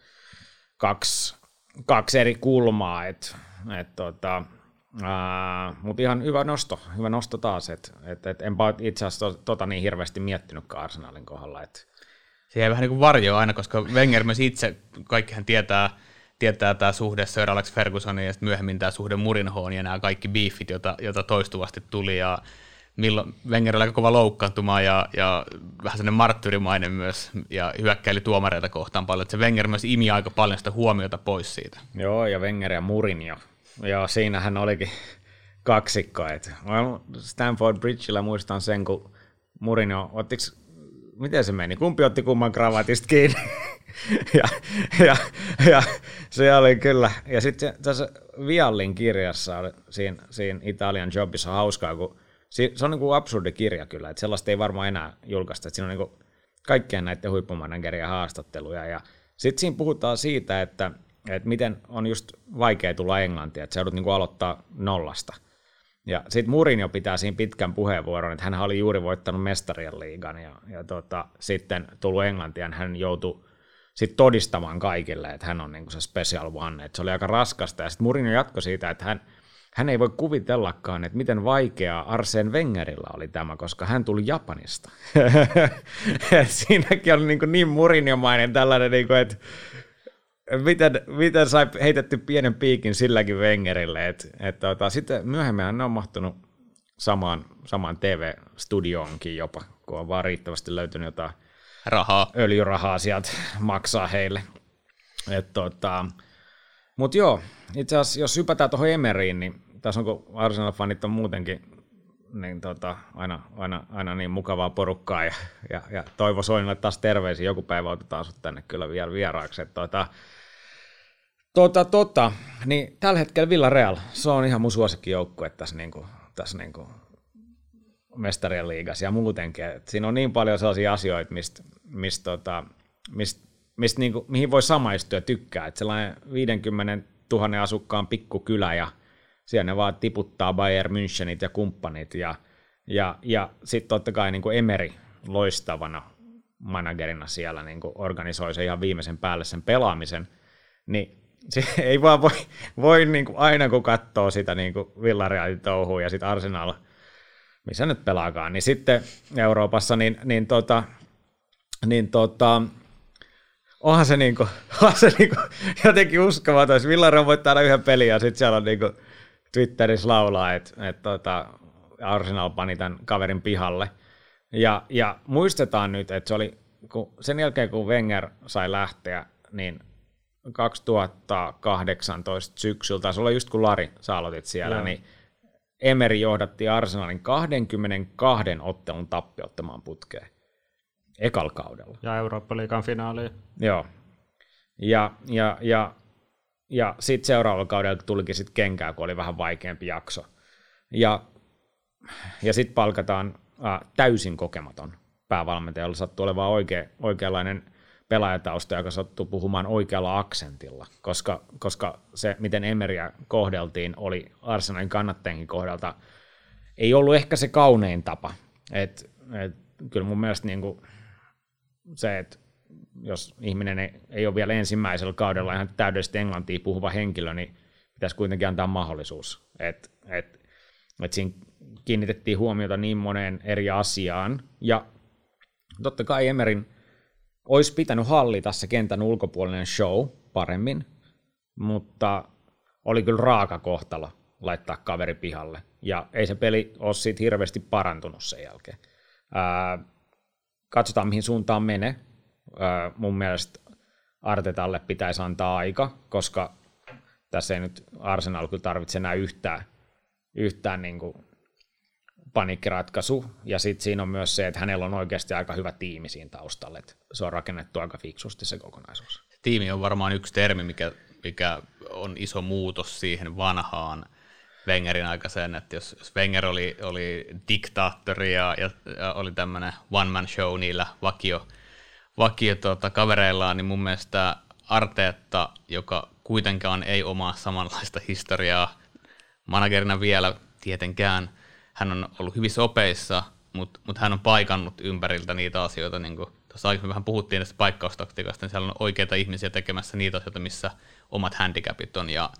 kaksi eri kulmaa, mutta ihan hyvä nosto taas, että enpä itse asiassa niin hirveästi miettinytkään Arsenalin kohdalla. Se jäi vähän niin kuin varjoa aina, koska Wenger myös itse, kaikkihan tietää tämä suhde Sir Alex Fergusoniin ja sitten myöhemmin tämä suhde Mourinhoon ja nämä kaikki beefit, joita toistuvasti tuli, ja milloin Wenger oli aika kova loukkaantumaan ja vähän sellainen marttyyrimainen myös, ja hyökkäili tuomareita kohtaan paljon, että se Wenger myös imi aika paljon sitä huomiota pois siitä. Joo, ja Wenger ja Mourinho. Joo, siinähän olikin kaksikko. Stamford Bridgellä muistan sen, kun Mourinho miten se meni? Kumpi otti kumman kravatista kiinni? ja se oli kyllä. Ja sitten tässä Viallin kirjassa, siinä Italian Jobissa on hauskaa, kun se on niin kuin absurdi kirja kyllä, että sellaista ei varmaan enää julkaista, että siinä on niin kuin kaikkien näiden huippumanagerien haastatteluja. Ja sitten siinä puhutaan siitä, että miten on just vaikea tulla Englantiin, että sä joudut niin kuin aloittaa nollasta. Ja sitten Mourinho pitää siinä pitkän puheenvuoron, että hän oli juuri voittanut Mestarien liigan ja sitten tullut Englantiin, ja hän joutui sitten todistamaan kaikille, että hän on niin kuin se special one, että se oli aika raskasta. Ja sitten Mourinho jatkoi siitä, että hän ei voi kuvitellakaan, että miten vaikeaa Arsène Wengerillä oli tämä, koska hän tuli Japanista. Siinäkin oli niin Mourinhomainen tällainen, että miten sai heitetty pienen piikin silläkin Wengerille, että sitten myöhemmin ne on mahtunut samaan TV-studioonkin jopa, kun on vaan riittävästi löytynyt jotain öljyrahaa sieltä maksaa heille. Mutta joo, itse asiassa jos hypätään tuohon Emeriin, niin tässä on, kun Arsenal-fanit on muutenkin niin aina niin mukavaa porukkaa, ja Toivo Soinille taas terveisiä, joku päivä otetaan sut tänne kyllä vielä vieraaksi. Niin tällä hetkellä Villarreal, se on ihan mun suosikkijoukkue tässä mestarien liigassa ja muutenkin. Et siinä on niin paljon sellaisia asioita, mihin voi samaistua ja tykkää. Et sellainen 50 000 asukkaan pikkukylä ja siellä ne vaan tiputtaa Bayern Münchenit ja kumppanit ja sitten totta kai niin kuin Emery loistavana managerina siellä niin kuin organisoi sen ihan viimeisen päälle sen pelaamisen, niin se ei vaan voi niin kuin aina kun katsoo sitä niin kuin Villarrealin touhua ja sitten Arsenal, missä nyt pelaakaan, niin sitten Euroopassa, onhan se jotenkin uskomaton, jos Villarreal voittaa aina yhden pelin ja sitten siellä on niinku Twitterissä laulaa, että Arsenal pani tämän kaverin pihalle. Ja muistetaan nyt, että se oli sen jälkeen, kun Wenger sai lähteä, niin 2018 syksyltä, se oli just kun Lari, sä aloitit siellä, niin Emery johdatti Arsenalin 22 ottelun tappiottamaan putkeen ekalla kaudella. Ja Eurooppa-liigan finaaliin. Joo. Ja sitten seuraavalla kaudella tulikin sitten kenkää, kun oli vähän vaikeampi jakso. Ja sitten palkataan täysin kokematon päävalmentaja, jolla sattuu olemaan oikeanlainen pelaajatausta, joka sattuu puhumaan oikealla aksentilla, koska se, miten Emeryä kohdeltiin, oli Arsenalin kannattajienkin kohdalta, ei ollut ehkä se kaunein tapa. Kyllä mun mielestä niinku se, että jos ihminen ei ole vielä ensimmäisellä kaudella ihan täydellisesti englantia puhuva henkilö, niin pitäisi kuitenkin antaa mahdollisuus. Et siinä kiinnitettiin huomiota niin moneen eri asiaan, ja totta kai Emeryn olisi pitänyt hallita se kentän ulkopuolinen show paremmin, mutta oli kyllä raaka kohtalo laittaa kaveri pihalle, ja ei se peli ole siitä hirveästi parantunut sen jälkeen. Katsotaan, mihin suuntaan menee. Mun mielestä Artetalle pitäisi antaa aika, koska tässä ei nyt Arsenal kyllä tarvitse enää yhtään niin kuin paniikkiratkaisu. Ja sitten siinä on myös se, että hänellä on oikeasti aika hyvä tiimi siinä taustalla. Että se on rakennettu aika fiksusti se kokonaisuus. Tiimi on varmaan yksi termi, mikä on iso muutos siihen vanhaan Wengerin aikaiseen, että jos Wenger oli diktaattori ja oli tämmöinen one-man show niillä vakio kavereillaan, niin mun mielestä Arteta, joka kuitenkaan ei omaa samanlaista historiaa managerina vielä tietenkään, hän on ollut hyvissä opeissa, mutta hän on paikannut ympäriltä niitä asioita, niin kuin tuossa aikaisemmin vähän puhuttiin tästä paikkaustaktiikasta, niin siellä on oikeita ihmisiä tekemässä niitä asioita, missä omat handicapit on, ja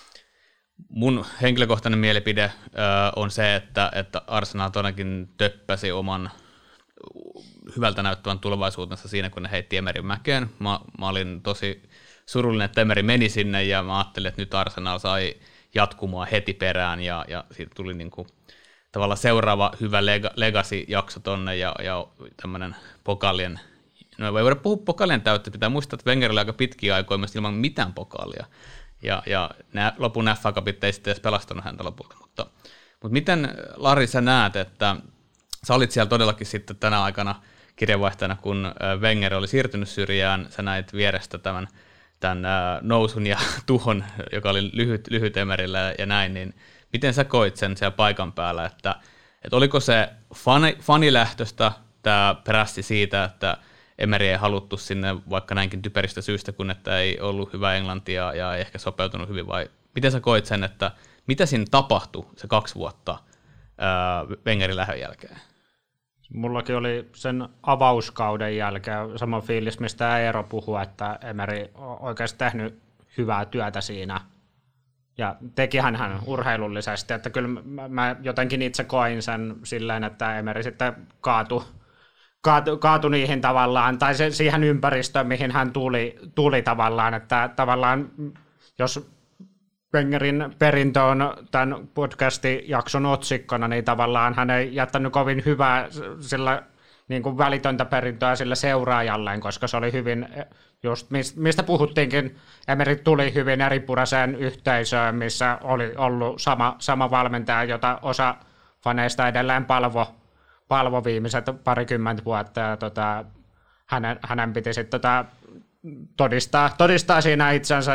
mun henkilökohtainen mielipide on se, että Arsenal todellakin töppäsi oman hyvältä näyttävän tulevaisuutensa siinä, kun ne heitti Emeryn mäkeen. Mä olin tosi surullinen, että Emery meni sinne, ja mä ajattelin, että nyt Arsenal sai jatkumoa heti perään, ja siitä tuli niinku tavallaan seuraava hyvä legacy-jakso tonne, ja tämmöinen pokaalien, no ei voida puhua pokaalien täyttä, pitää muistaa, että Wenger oli aika pitkiä aikoja myös ilman mitään pokaalia. Ja lopun FA Cupit ei sitten edes pelastanut häntä lopulta. Mutta miten, Lari, sä näet, että sä olit siellä todellakin sitten tänä aikana kirjeenvaihtajana, kun Wenger oli siirtynyt syrjään, sä näit vierestä tämän nousun ja tuhon, joka oli lyhyt Emeryllä ja näin, niin miten sä koit sen siellä paikan päällä, että oliko se fanilähtöstä tämä prässi siitä, että Emery ei haluttu sinne vaikka näinkin typeristä syystä, kun että ei ollut hyvä englantia ja ei ehkä sopeutunut hyvin, vai miten sä koit sen, että mitä siinä tapahtui se 2 vuotta Wengerin lähdön jälkeen? Mullakin oli sen avauskauden jälkeen sama fiilis, mistä Eero puhui, että Emery on oikeasti tehnyt hyvää työtä siinä. Ja tekihän hän urheilullisesti, että kyllä mä jotenkin itse koin sen silleen, että Emery sitten kaatui niihin tavallaan, tai siihen ympäristöön, mihin hän tuli tavallaan, että tavallaan jos Wengerin perintö on tämän podcasti-jakson otsikkona, niin tavallaan hän ei jättänyt kovin hyvää sillä niin kuin välitöntä perintöä sille seuraajalleen, koska se oli hyvin, just mistä puhuttiinkin, Emery tuli hyvin eripuraiseen yhteisöön, missä oli ollut sama valmentaja, jota osa faneista edelleen palvo viimeiset parikymmentä vuotta, ja hänen piti sitten todistaa siinä itsensä,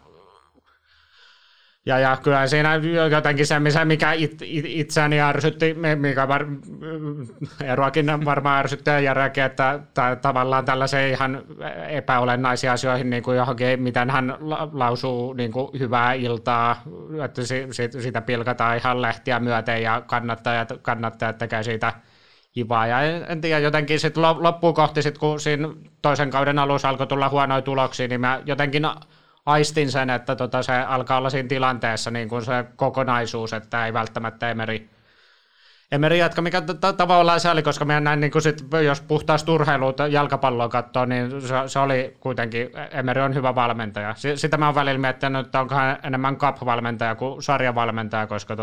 ja kyllä siinä jotenkin se, mikä itseäni ärsytti, mikä Eroakin varmaan ärsytti Järeäkin, että tavallaan tällaisiin ihan epäolennaisiin asioihin, niin kuin johonkin, miten hän lausuu niin kuin hyvää iltaa, että siitä pilkataan ihan lehtiä myöten ja kannattajat tekee siitä kivaa. Ja en tiedä, jotenkin sitten loppuun kohti, sit, kun siinä toisen kauden alussa alkoi tulla huonoja tuloksia, niin mä jotenkin aistin sen, että se alkaa olla siinä tilanteessa niin kuin se kokonaisuus, että ei välttämättä Emery jatka, mikä tavallaan se oli, koska meidän näin, niin kuin sit, jos puhtaasti urheilua jalkapalloa katsoo, niin se oli kuitenkin, Emery on hyvä valmentaja. Sitä mä oon välillä miettinyt, että onko hän enemmän cup-valmentaja kuin sarjavalmentaja, koska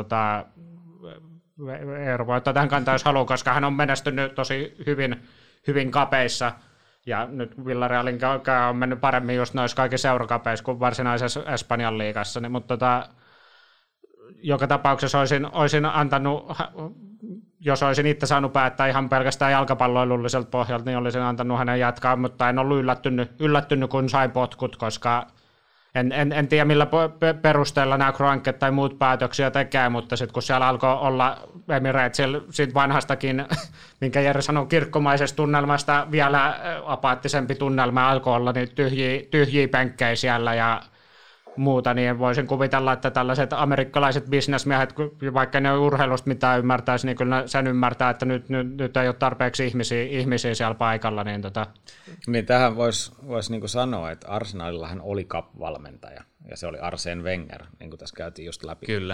Eero voi ottaa tähän kantaa, jos haluaa, koska hän on menestynyt tosi hyvin kapeissa. Ja nyt Villarealin on mennyt paremmin just noissa kaikissa seurakapeissa kuin varsinaisessa Espanjan liigassa. Mutta joka tapauksessa olisin antanut, jos olisin itse saanut päättää ihan pelkästään jalkapalloilulliselta pohjalta, niin olisin antanut hänen jatkaa, mutta en ollut yllättynyt kun sain potkut, koska en tiedä millä perusteella nämä Kroenket tai muut päätöksiä tekee, mutta sitten kun siellä alkoi olla Emiratesilla siitä vanhastakin, minkä Jere sanoi kirkkomaisesta tunnelmasta, vielä apaattisempi tunnelma alkoi olla, niin tyhjiä penkkejä siellä ja muuta, niin voisin kuvitella, että tällaiset amerikkalaiset bisnesmiehet, vaikka ne ei urheilusta mitään ymmärtäisi, niin kyllä sen ymmärtää, että nyt ei ole tarpeeksi ihmisiä siellä paikalla. Niin tähän voisi niin kuin sanoa, että Arsenalillahan oli cup-valmentaja, ja se oli Arsène Wenger, niin kuin tässä käytiin just läpi. Kyllä.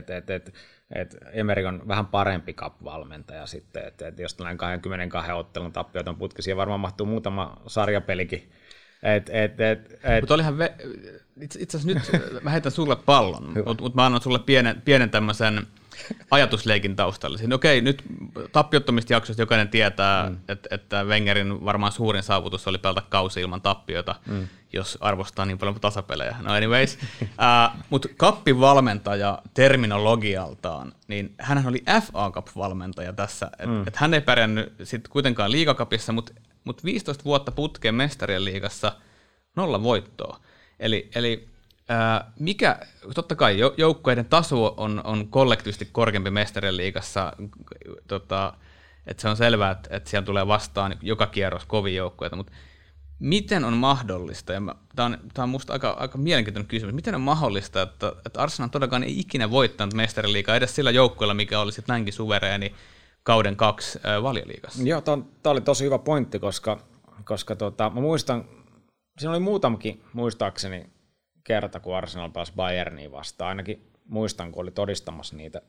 Et Emery on vähän parempi cup-valmentaja sitten, että jos tällainen 22 ottelun tappioton putki, siihen varmaan mahtuu muutama sarjapelikin. Mutta olihan itse asiassa nyt mä heitän sulle pallon, mutta mä annan sulle pienen tämmöisen ajatusleikin taustalla. Okei, nyt tappiottomista jaksoista jokainen tietää, että Wengerin varmaan suurin saavutus oli pelata kausi ilman tappiota, jos arvostaa niin paljon tasapelejä. No anyways, mutta Cup-valmentaja terminologialtaan, niin hänhän oli FA Cup-valmentaja tässä, että hän ei pärjännyt sitten kuitenkaan liigacupissa, mutta 15 vuotta putkeen mestarien liigassa 0 voittoa. Eli mikä, totta kai joukkueiden taso on kollektiivisesti korkeampi mestarien liigassa, että se on selvää, että siellä tulee vastaan joka kierros kovia joukkueita, mutta miten on mahdollista, ja tämä on minusta aika mielenkiintoinen kysymys, miten on mahdollista, että Arsenal todellakaan ei ikinä voittanut mestarien liigaa edes sillä joukkueella, mikä oli sitten näinkin suvereeni kauden 2 Valioliigassa? Joo, tämä oli tosi hyvä pointti, koska mä muistan, siinä oli muutamakin muistaakseni kerta, kun Arsenal pääsi Bayerniin vastaan, ainakin muistan, kun oli todistamassa niitä,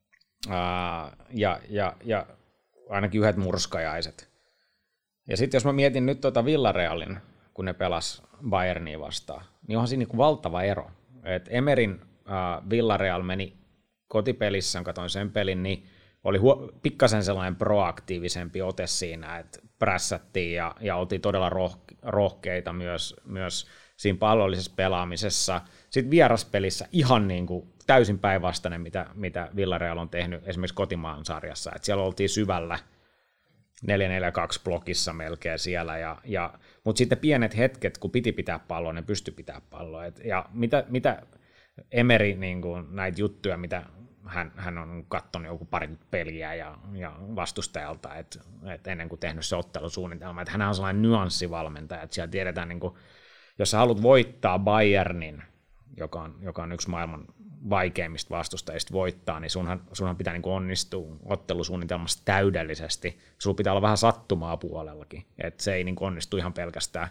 ja ainakin yhdet murskajaiset. Ja sitten jos mä mietin nyt Villarealin, kun ne pelas Bayerniin vastaan, niin onhan siinä niin valtava ero. Et Emeryn Villareal meni kotipelissä, kun katsoin sen pelin, niin oli pikkasen sellainen proaktiivisempi ote siinä, että prässättiin ja oltiin todella rohkeita myös siinä pallollisessa pelaamisessa. Sitten vieraspelissä ihan niin kuin täysin päinvastainen, mitä Villareal on tehnyt esimerkiksi kotimaan sarjassa. Et siellä oltiin syvällä 4-4-2 blokissa melkein siellä, mutta sitten pienet hetket, kun piti pitää palloa, ne pystyi pitää palloa. Ja mitä Emery, niin kuin näitä juttuja, mitä hän on katsonut joku pari peliä ja vastustajalta, että ennen kuin tehnyt se ottelusuunnitelma, että hän on sellainen nyanssivalmentaja, että siellä tiedetään, niin kuin, jos sä haluat voittaa Bayernin, joka on yksi maailman vaikeimmista vastustajista voittaa, niin sunhan pitää niin kuin onnistua ottelusuunnitelmassa täydellisesti. Sulla pitää olla vähän sattumaa puolellakin, että se ei niin kuin onnistu ihan pelkästään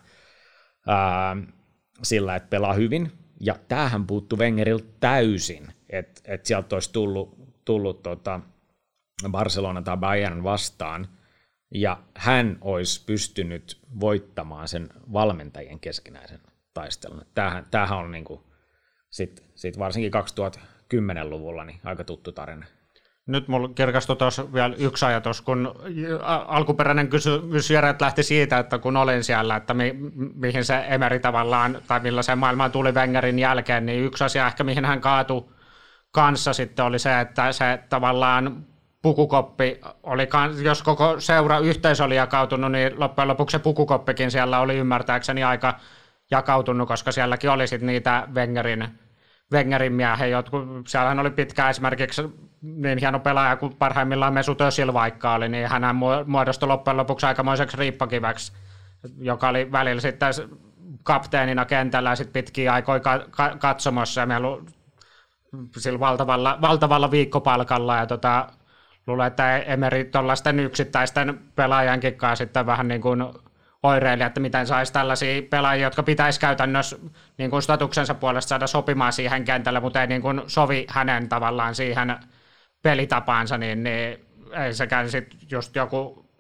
sillä, että pelaa hyvin. Ja tämähän puuttuu Wengeriltä täysin, että sieltä olisi tullut Barcelona tai Bayern vastaan, ja hän olisi pystynyt voittamaan sen valmentajien keskinäisen taistelun. Tämähän on niin kuin sit varsinkin 2010-luvulla niin aika tuttu tarina. Nyt mulla kirkastui tuossa vielä yksi ajatus, kun alkuperäinen kysyjä lähti siitä, että kun olin siellä, että mihin se Emery tavallaan, tai millaiseen maailmaan tuli Wengerin jälkeen, niin yksi asia ehkä mihin hän kaatui kanssa sitten oli se, että se tavallaan pukukoppi oli, jos koko seura yhteisö oli jakautunut, niin loppujen lopuksi se pukukoppikin siellä oli ymmärtääkseni aika jakautunut, koska sielläkin oli sitten niitä Wengerin miehiä, siellähän oli pitkään esimerkiksi niin hieno pelaaja kuin parhaimmillaan Mesut Özil vaikka oli, niin hän muodostui loppujen lopuksi aikamoiseksi riippakiväksi, joka oli välillä sitten kapteenina kentällä ja sitten pitkiä aikoja katsomossa ja meillä sillä valtavalla viikkopalkalla ja luulen, että Emery tuollaisten yksittäisten pelaajankin kanssa sitten vähän niin kuin oireili, että miten saisi tällaisia pelaajia, jotka pitäisi käytännössä niin kuin statuksensa puolesta saada sopimaan siihen kentälle, mutta ei niin kuin sovi hänen tavallaan siihen pelitapaansa, niin ei sekään sitten just joku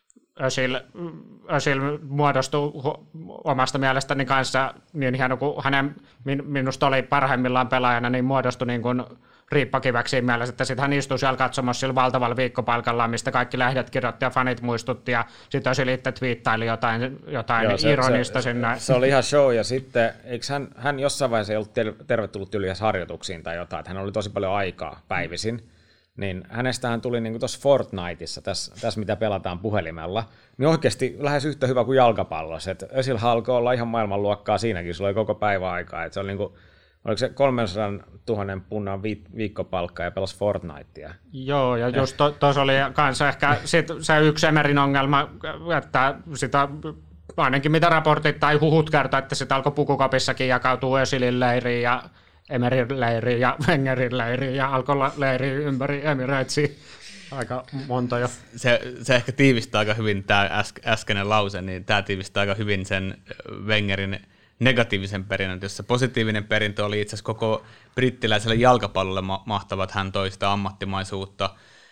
Özil muodostui omasta mielestäni kanssa niin hieno kuin hänen minusta oli parhaimmillaan pelaajana, niin muodostui niin kuin riippakiväksi siinä mielessä, että sitten hän istui siellä katsomassa sillä valtavalla viikkopalkalla, mistä kaikki lehdet kirjoitti ja fanit muistutti, ja sitten Özil itse twiittaili jotain ironista sinne. Se oli ihan show, ja sitten eikö hän jossain vaiheessa ei ollut tervetullut yli harjoituksiin tai jotain, että hän oli tosi paljon aikaa päivisin, niin hänestähän tuli niin kuin tuossa Fortniteissa, tässä mitä pelataan puhelimella, niin oikeasti lähes yhtä hyvä kuin jalkapallossa, että Özil alkoi olla ihan maailmanluokkaa siinäkin, sulla oli koko päivä aikaa, että se oli niin kuin, oliko se 300 000 punnan viikkopalkka ja pelasi Fortnitea? Joo, ja just tuossa oli kanssa ehkä se yksi Emeryn ongelma, että sitä ainakin mitä raportit tai huhut kertoo, että sitä alkoi pukukopissakin jakautua Özilin leiriin ja Emeryn leiriin ja Wengerin leiriin ja alkoi leiriin ympäri Emiratesiin. Aika monta jo. Se ehkä tiivistää aika hyvin, tämä äskeinen lause, niin tämä tiivistää aika hyvin sen Wengerin negatiivisen perinnön, jossa positiivinen perintö oli itse asiassa koko brittiläiselle jalkapallolle mahtava, että hän toi sitä ammattimaisuutta,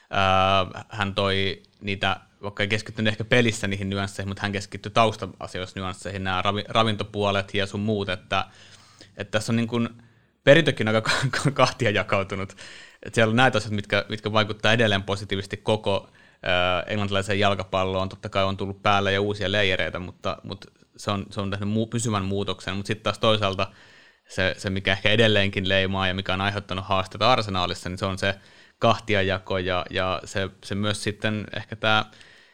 hän toi niitä, vaikka ei keskittynyt ehkä pelissä niihin nyansseihin, mutta hän keskittyi tausta-asioissa nyansseihin, nämä ravintopuolet ja sun muut, että tässä on niin kuin perintökin aika kahtia jakautunut, että siellä on näitä asioita, mitkä vaikuttaa edelleen positiivisesti koko englantilaiseen jalkapalloon, totta kai on tullut päälle ja uusia leijereitä, mutta se on tehnyt pysyvän muutoksen, mutta sitten taas toisaalta se, mikä ehkä edelleenkin leimaa ja mikä on aiheuttanut haasteita Arsenalissa, niin se on se kahtiajako ja se myös sitten ehkä tämä,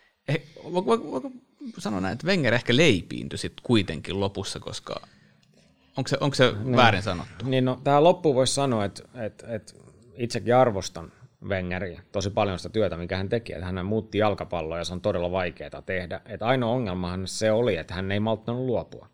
voiko sanoa näin, että Wenger ehkä leipiintyi sitten kuitenkin lopussa, koska onko se väärin sanottu? Niin no, tähän loppuun voisi sanoa, että itsekin arvostan Wengeria tosi paljon sitä työtä, mikä hän teki, että hän muutti jalkapalloa ja se on todella vaikeaa tehdä. Että ainoa ongelmahan se oli, että hän ei malttanut luopua.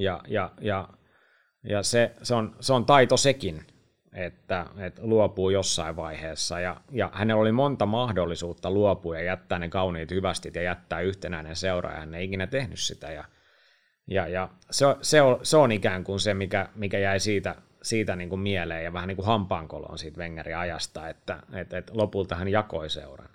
Ja se on taito sekin, että luopuu jossain vaiheessa. Ja hänellä oli monta mahdollisuutta luopua ja jättää ne kauniit hyvästit ja jättää yhtenäinen seura, ja hän ei ikinä tehnyt sitä. Ja se on ikään kuin se, mikä jäi siitä niin kuin mieleen ja vähän niin kuin hampaankoloon siitä Wengerin ajasta, että lopulta hän jakoi seuran.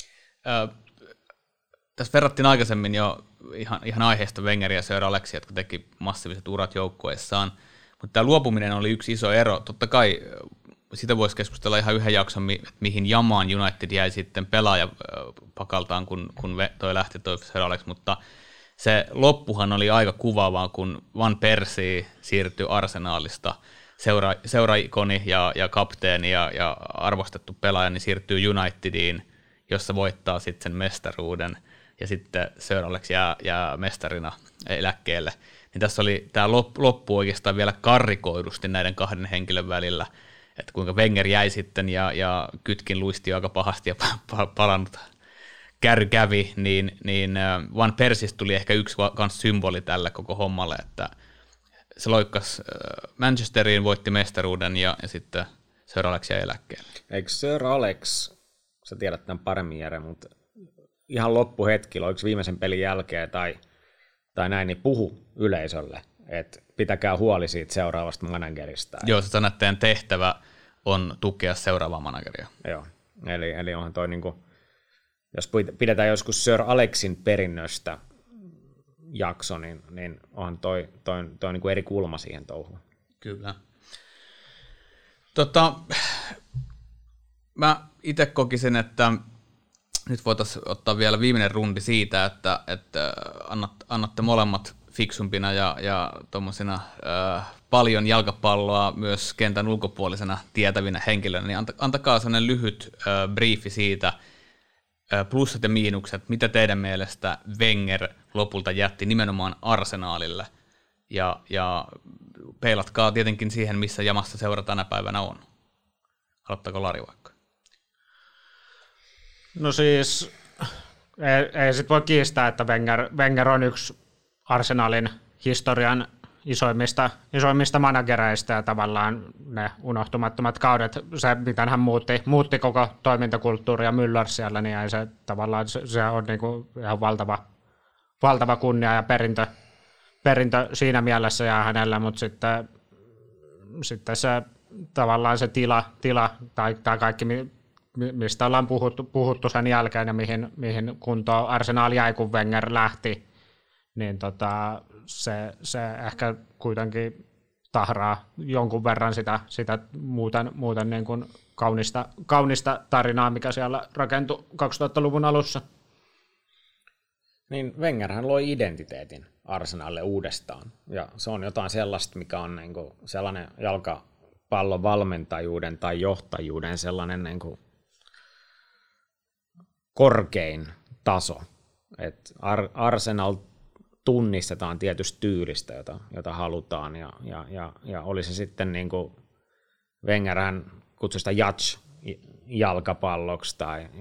Tässä verrattiin aikaisemmin jo ihan aiheesta Wengeria ja Sir Alexia, jotka teki massiiviset urat joukkueessaan, mutta tämä luopuminen oli yksi iso ero. Totta kai sitä voisi keskustella ihan yhden jakson, mihin jamaan United jäi sitten pelaajapakaltaan, kun toi lähti toi Sir Alex, mutta se loppuhan oli aika kuvaavaa, kun Van Persie siirtyi Arsenalista, seuraikoni ja kapteeni ja arvostettu pelaaja, niin siirtyy Unitediin, jossa voittaa sitten sen mestaruuden, ja sitten Sir Alex jää mestarina eläkkeelle. Niin tässä oli tämä loppu oikeastaan vielä karrikoidusti näiden kahden henkilön välillä, että kuinka Wenger jäi sitten ja kytkin luisti aika pahasti ja palannut kävi, niin Van Persiestä tuli ehkä yksi kans symboli tälle koko hommalle, että se loikkasi Manchesteriin, voitti mestaruuden ja sitten Sir Alex jäi eläkkeelle. Eikö Sir Alex, sä tiedät tämän paremmin Jere, mutta ihan loppuhetkillä, oliko viimeisen pelin jälkeen tai näin, niin puhu yleisölle, että pitäkää huoli siitä seuraavasta managerista. Joo, se sanoo, että teidän tehtävä on tukea seuraavaa manageria. Joo, eli onhan toi niinku, jos pidetään joskus Sir Alexin perinnöstä jakso, niin on toi niin kuin eri kulma siihen touhuun. Kyllä. Mä itse kokisin, että nyt voitaisiin ottaa vielä viimeinen rundi siitä, että annatte molemmat fiksumpina ja tuommoisina paljon jalkapalloa myös kentän ulkopuolisena tietävinä henkilöinä, niin antakaa sellainen lyhyt briefi siitä, plussat ja miinukset, mitä teidän mielestä Wenger lopulta jätti nimenomaan Arsenalille, ja peilatkaa tietenkin siihen, missä jamassa seura tänä päivänä on. Aloittaako Lari vaikka? No siis, ei sit voi kiistää, että Wenger on yksi Arsenalin historian isoimmista managereista, ja tavallaan ne unohtumattomat kaudet, se miten hän muutti koko toimintakulttuuria Müller siellä, niin ei se tavallaan, se on niinku ihan valtava kunnia ja perintö siinä mielessä jää hänellä, mutta sitten se tavallaan se tila tai kaikki, mistä ollaan puhuttu sen jälkeen ja mihin kuntoon Arsenal jäi, kun Wenger lähti, niin se ehkä kuitenkin tahraa jonkun verran sitä muuten niin kuin kaunista tarinaa, mikä siellä rakentui 2000-luvun alussa. Niin Wengerhän loi identiteetin Arsenalille uudestaan, ja se on jotain sellaista, mikä on niin kuin sellainen jalkapallon valmentajuuden tai johtajuuden sellainen niin kuin korkein taso, että Arsenal tunnistetaan tietystä tyylistä, jota halutaan, ja oli se sitten niin kuin Wengerhän kutsui sitä jalkapalloksi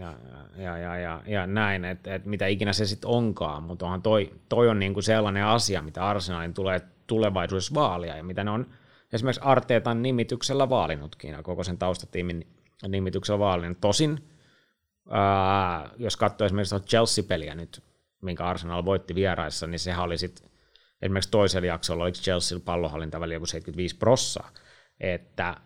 ja näin, että mitä ikinä se sitten onkaan, mutta onhan toi on niin kuin sellainen asia, mitä Arsenalin tulee tulevaisuudessa vaalia, ja mitä ne on esimerkiksi Arteetan nimityksellä vaalinutkin, ja koko sen taustatiimin nimityksellä vaalinut. Tosin, jos katsoo esimerkiksi Chelsea-peliä nyt, minkä Arsenal voitti vieraissa, niin sehän oli sitten esimerkiksi toisella jaksolla, oliko Chelsea pallohallinta väliin joku 75%, että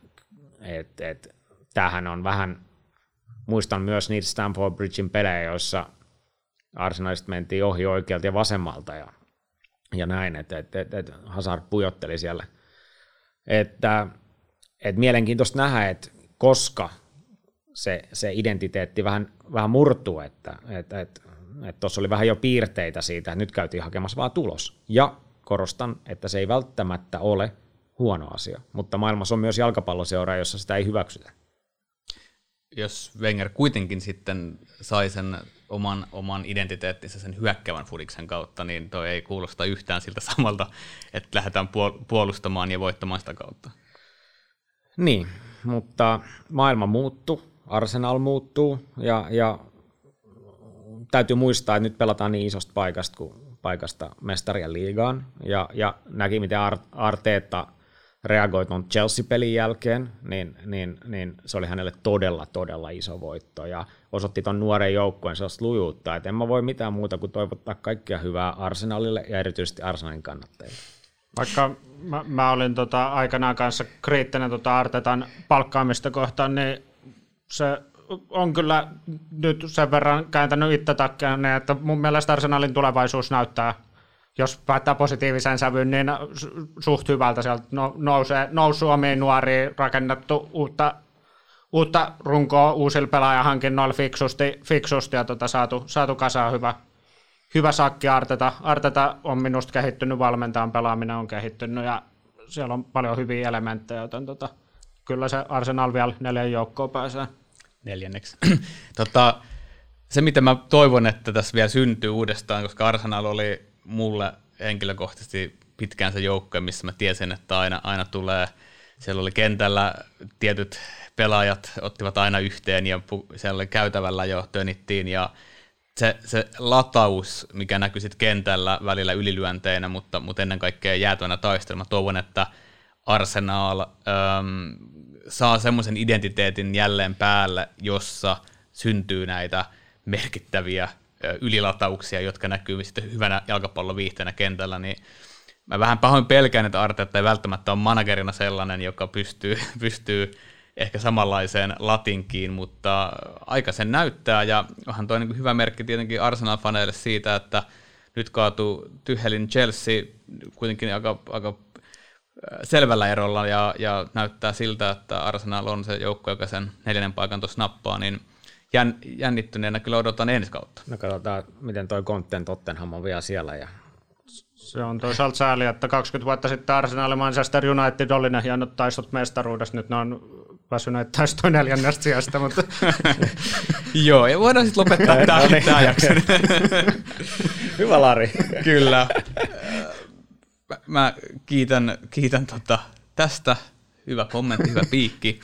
tämähän on vähän, muistan myös niitä Stamford Bridgein pelejä, joissa Arsenalista mentiin ohi oikealta ja vasemmalta ja näin, että Hazard pujotteli siellä. Että mielenkiintoista nähdä, että koska se identiteetti vähän murtuu, että tuossa oli vähän jo piirteitä siitä, että nyt käytiin hakemassa vaan tulos. Ja korostan, että se ei välttämättä ole huono asia, mutta maailmassa on myös jalkapalloseuraa, jossa sitä ei hyväksytä. Jos Wenger kuitenkin sitten sai sen oman identiteettinsä sen hyökkävän fudiksen kautta, niin toi ei kuulosta yhtään siltä samalta, että lähdetään puolustamaan ja voittamaan sitä kautta. Niin, mutta maailma muuttuu, Arsenal muuttuu ja täytyy muistaa, että nyt pelataan niin isosta paikasta kuin paikasta mestarien liigaan, ja näki, miten Arteeta reagoi tuon Chelsea-pelin jälkeen, niin se oli hänelle todella iso voitto, ja osoitti tuon nuoren joukkueen sellaista lujuutta, että en mä voi mitään muuta kuin toivottaa kaikkea hyvää Arsenalille ja erityisesti Arsenalin kannattajille. Vaikka mä olin aikanaan kanssa kriittinen Arteetan palkkaamista kohtaan, niin se on kyllä nyt sen verran kääntänyt itse takkeen, että mun mielestä Arsenalin tulevaisuus näyttää, jos päättää positiivisen sävyn, niin suht hyvältä sieltä noussut omiin nuoriin, rakennettu uutta runkoa uusilla pelaajahankinnoilla fiksusti ja saatu kasaan hyvä sakki Arteta. Arteta on minusta kehittynyt, valmentajan pelaaminen on kehittynyt ja siellä on paljon hyviä elementtejä, joten kyllä se Arsenal vielä 4 joukkoa pääsee. 4. Se, mitä mä toivon, että tässä vielä syntyy uudestaan, koska Arsenal oli mulle henkilökohtaisesti pitkään se joukko, missä mä tiesin, että aina tulee, siellä oli kentällä tietyt pelaajat ottivat aina yhteen ja siellä oli käytävällä jo tönittiin ja se lataus, mikä näkyi sitten kentällä välillä ylilyönteinä, mutta ennen kaikkea jäätyönä taistelma. Toivon, että Arsenal saa semmoisen identiteetin jälleen päälle, jossa syntyy näitä merkittäviä ylilatauksia, jotka näkyy sitten hyvänä jalkapalloviihteenä kentällä, niin mä vähän pahoin pelkään, että Arteta ei välttämättä ole managerina sellainen, joka pystyy ehkä samanlaiseen latinkiin, mutta aika sen näyttää, ja onhan toi niin hyvä merkki tietenkin Arsenal-faneille siitä, että nyt kaatuu Tuchelin Chelsea kuitenkin aika selvällä erolla, ja näyttää siltä, että Arsenal on se joukko, joka sen 4. paikan tuossa nappaa, niin jännittyneenä kyllä odotan ensi kautta. No katsotaan, miten toi Conten Tottenham on vielä siellä. Ja... Se on toisaalta sääli, että 20 vuotta sitten Arsenal ja Manchester United oli ne hienot taistot mestaruudessa. Nyt ne on väsyneet taistoi 4. sijasta. Mutta... Joo, ja voidaan sitten lopettaa tämä jakso. Hyvä Lari. Kyllä. Mä kiitän tästä. Hyvä kommentti, hyvä piikki.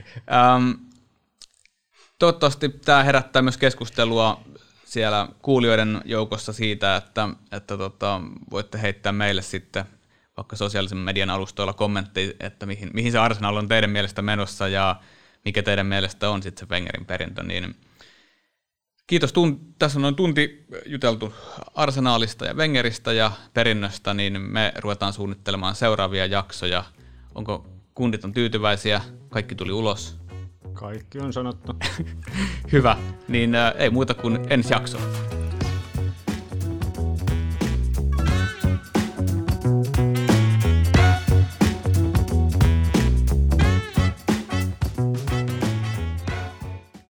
Toivottavasti tämä herättää myös keskustelua siellä kuulijoiden joukossa siitä, että voitte heittää meille sitten vaikka sosiaalisen median alustoilla kommentteja, että mihin se Arsenal on teidän mielestä menossa ja mikä teidän mielestä on sitten se Wengerin perintö. Niin kiitos, tässä on noin tunti juteltu Arsenalista ja Wengeristä ja perinnöstä, niin me ruvetaan suunnittelemaan seuraavia jaksoja. Onko kundit on tyytyväisiä? Kaikki tuli ulos. Kaikki on sanottu. Hyvä, niin ei muuta kuin ensi jaksoa.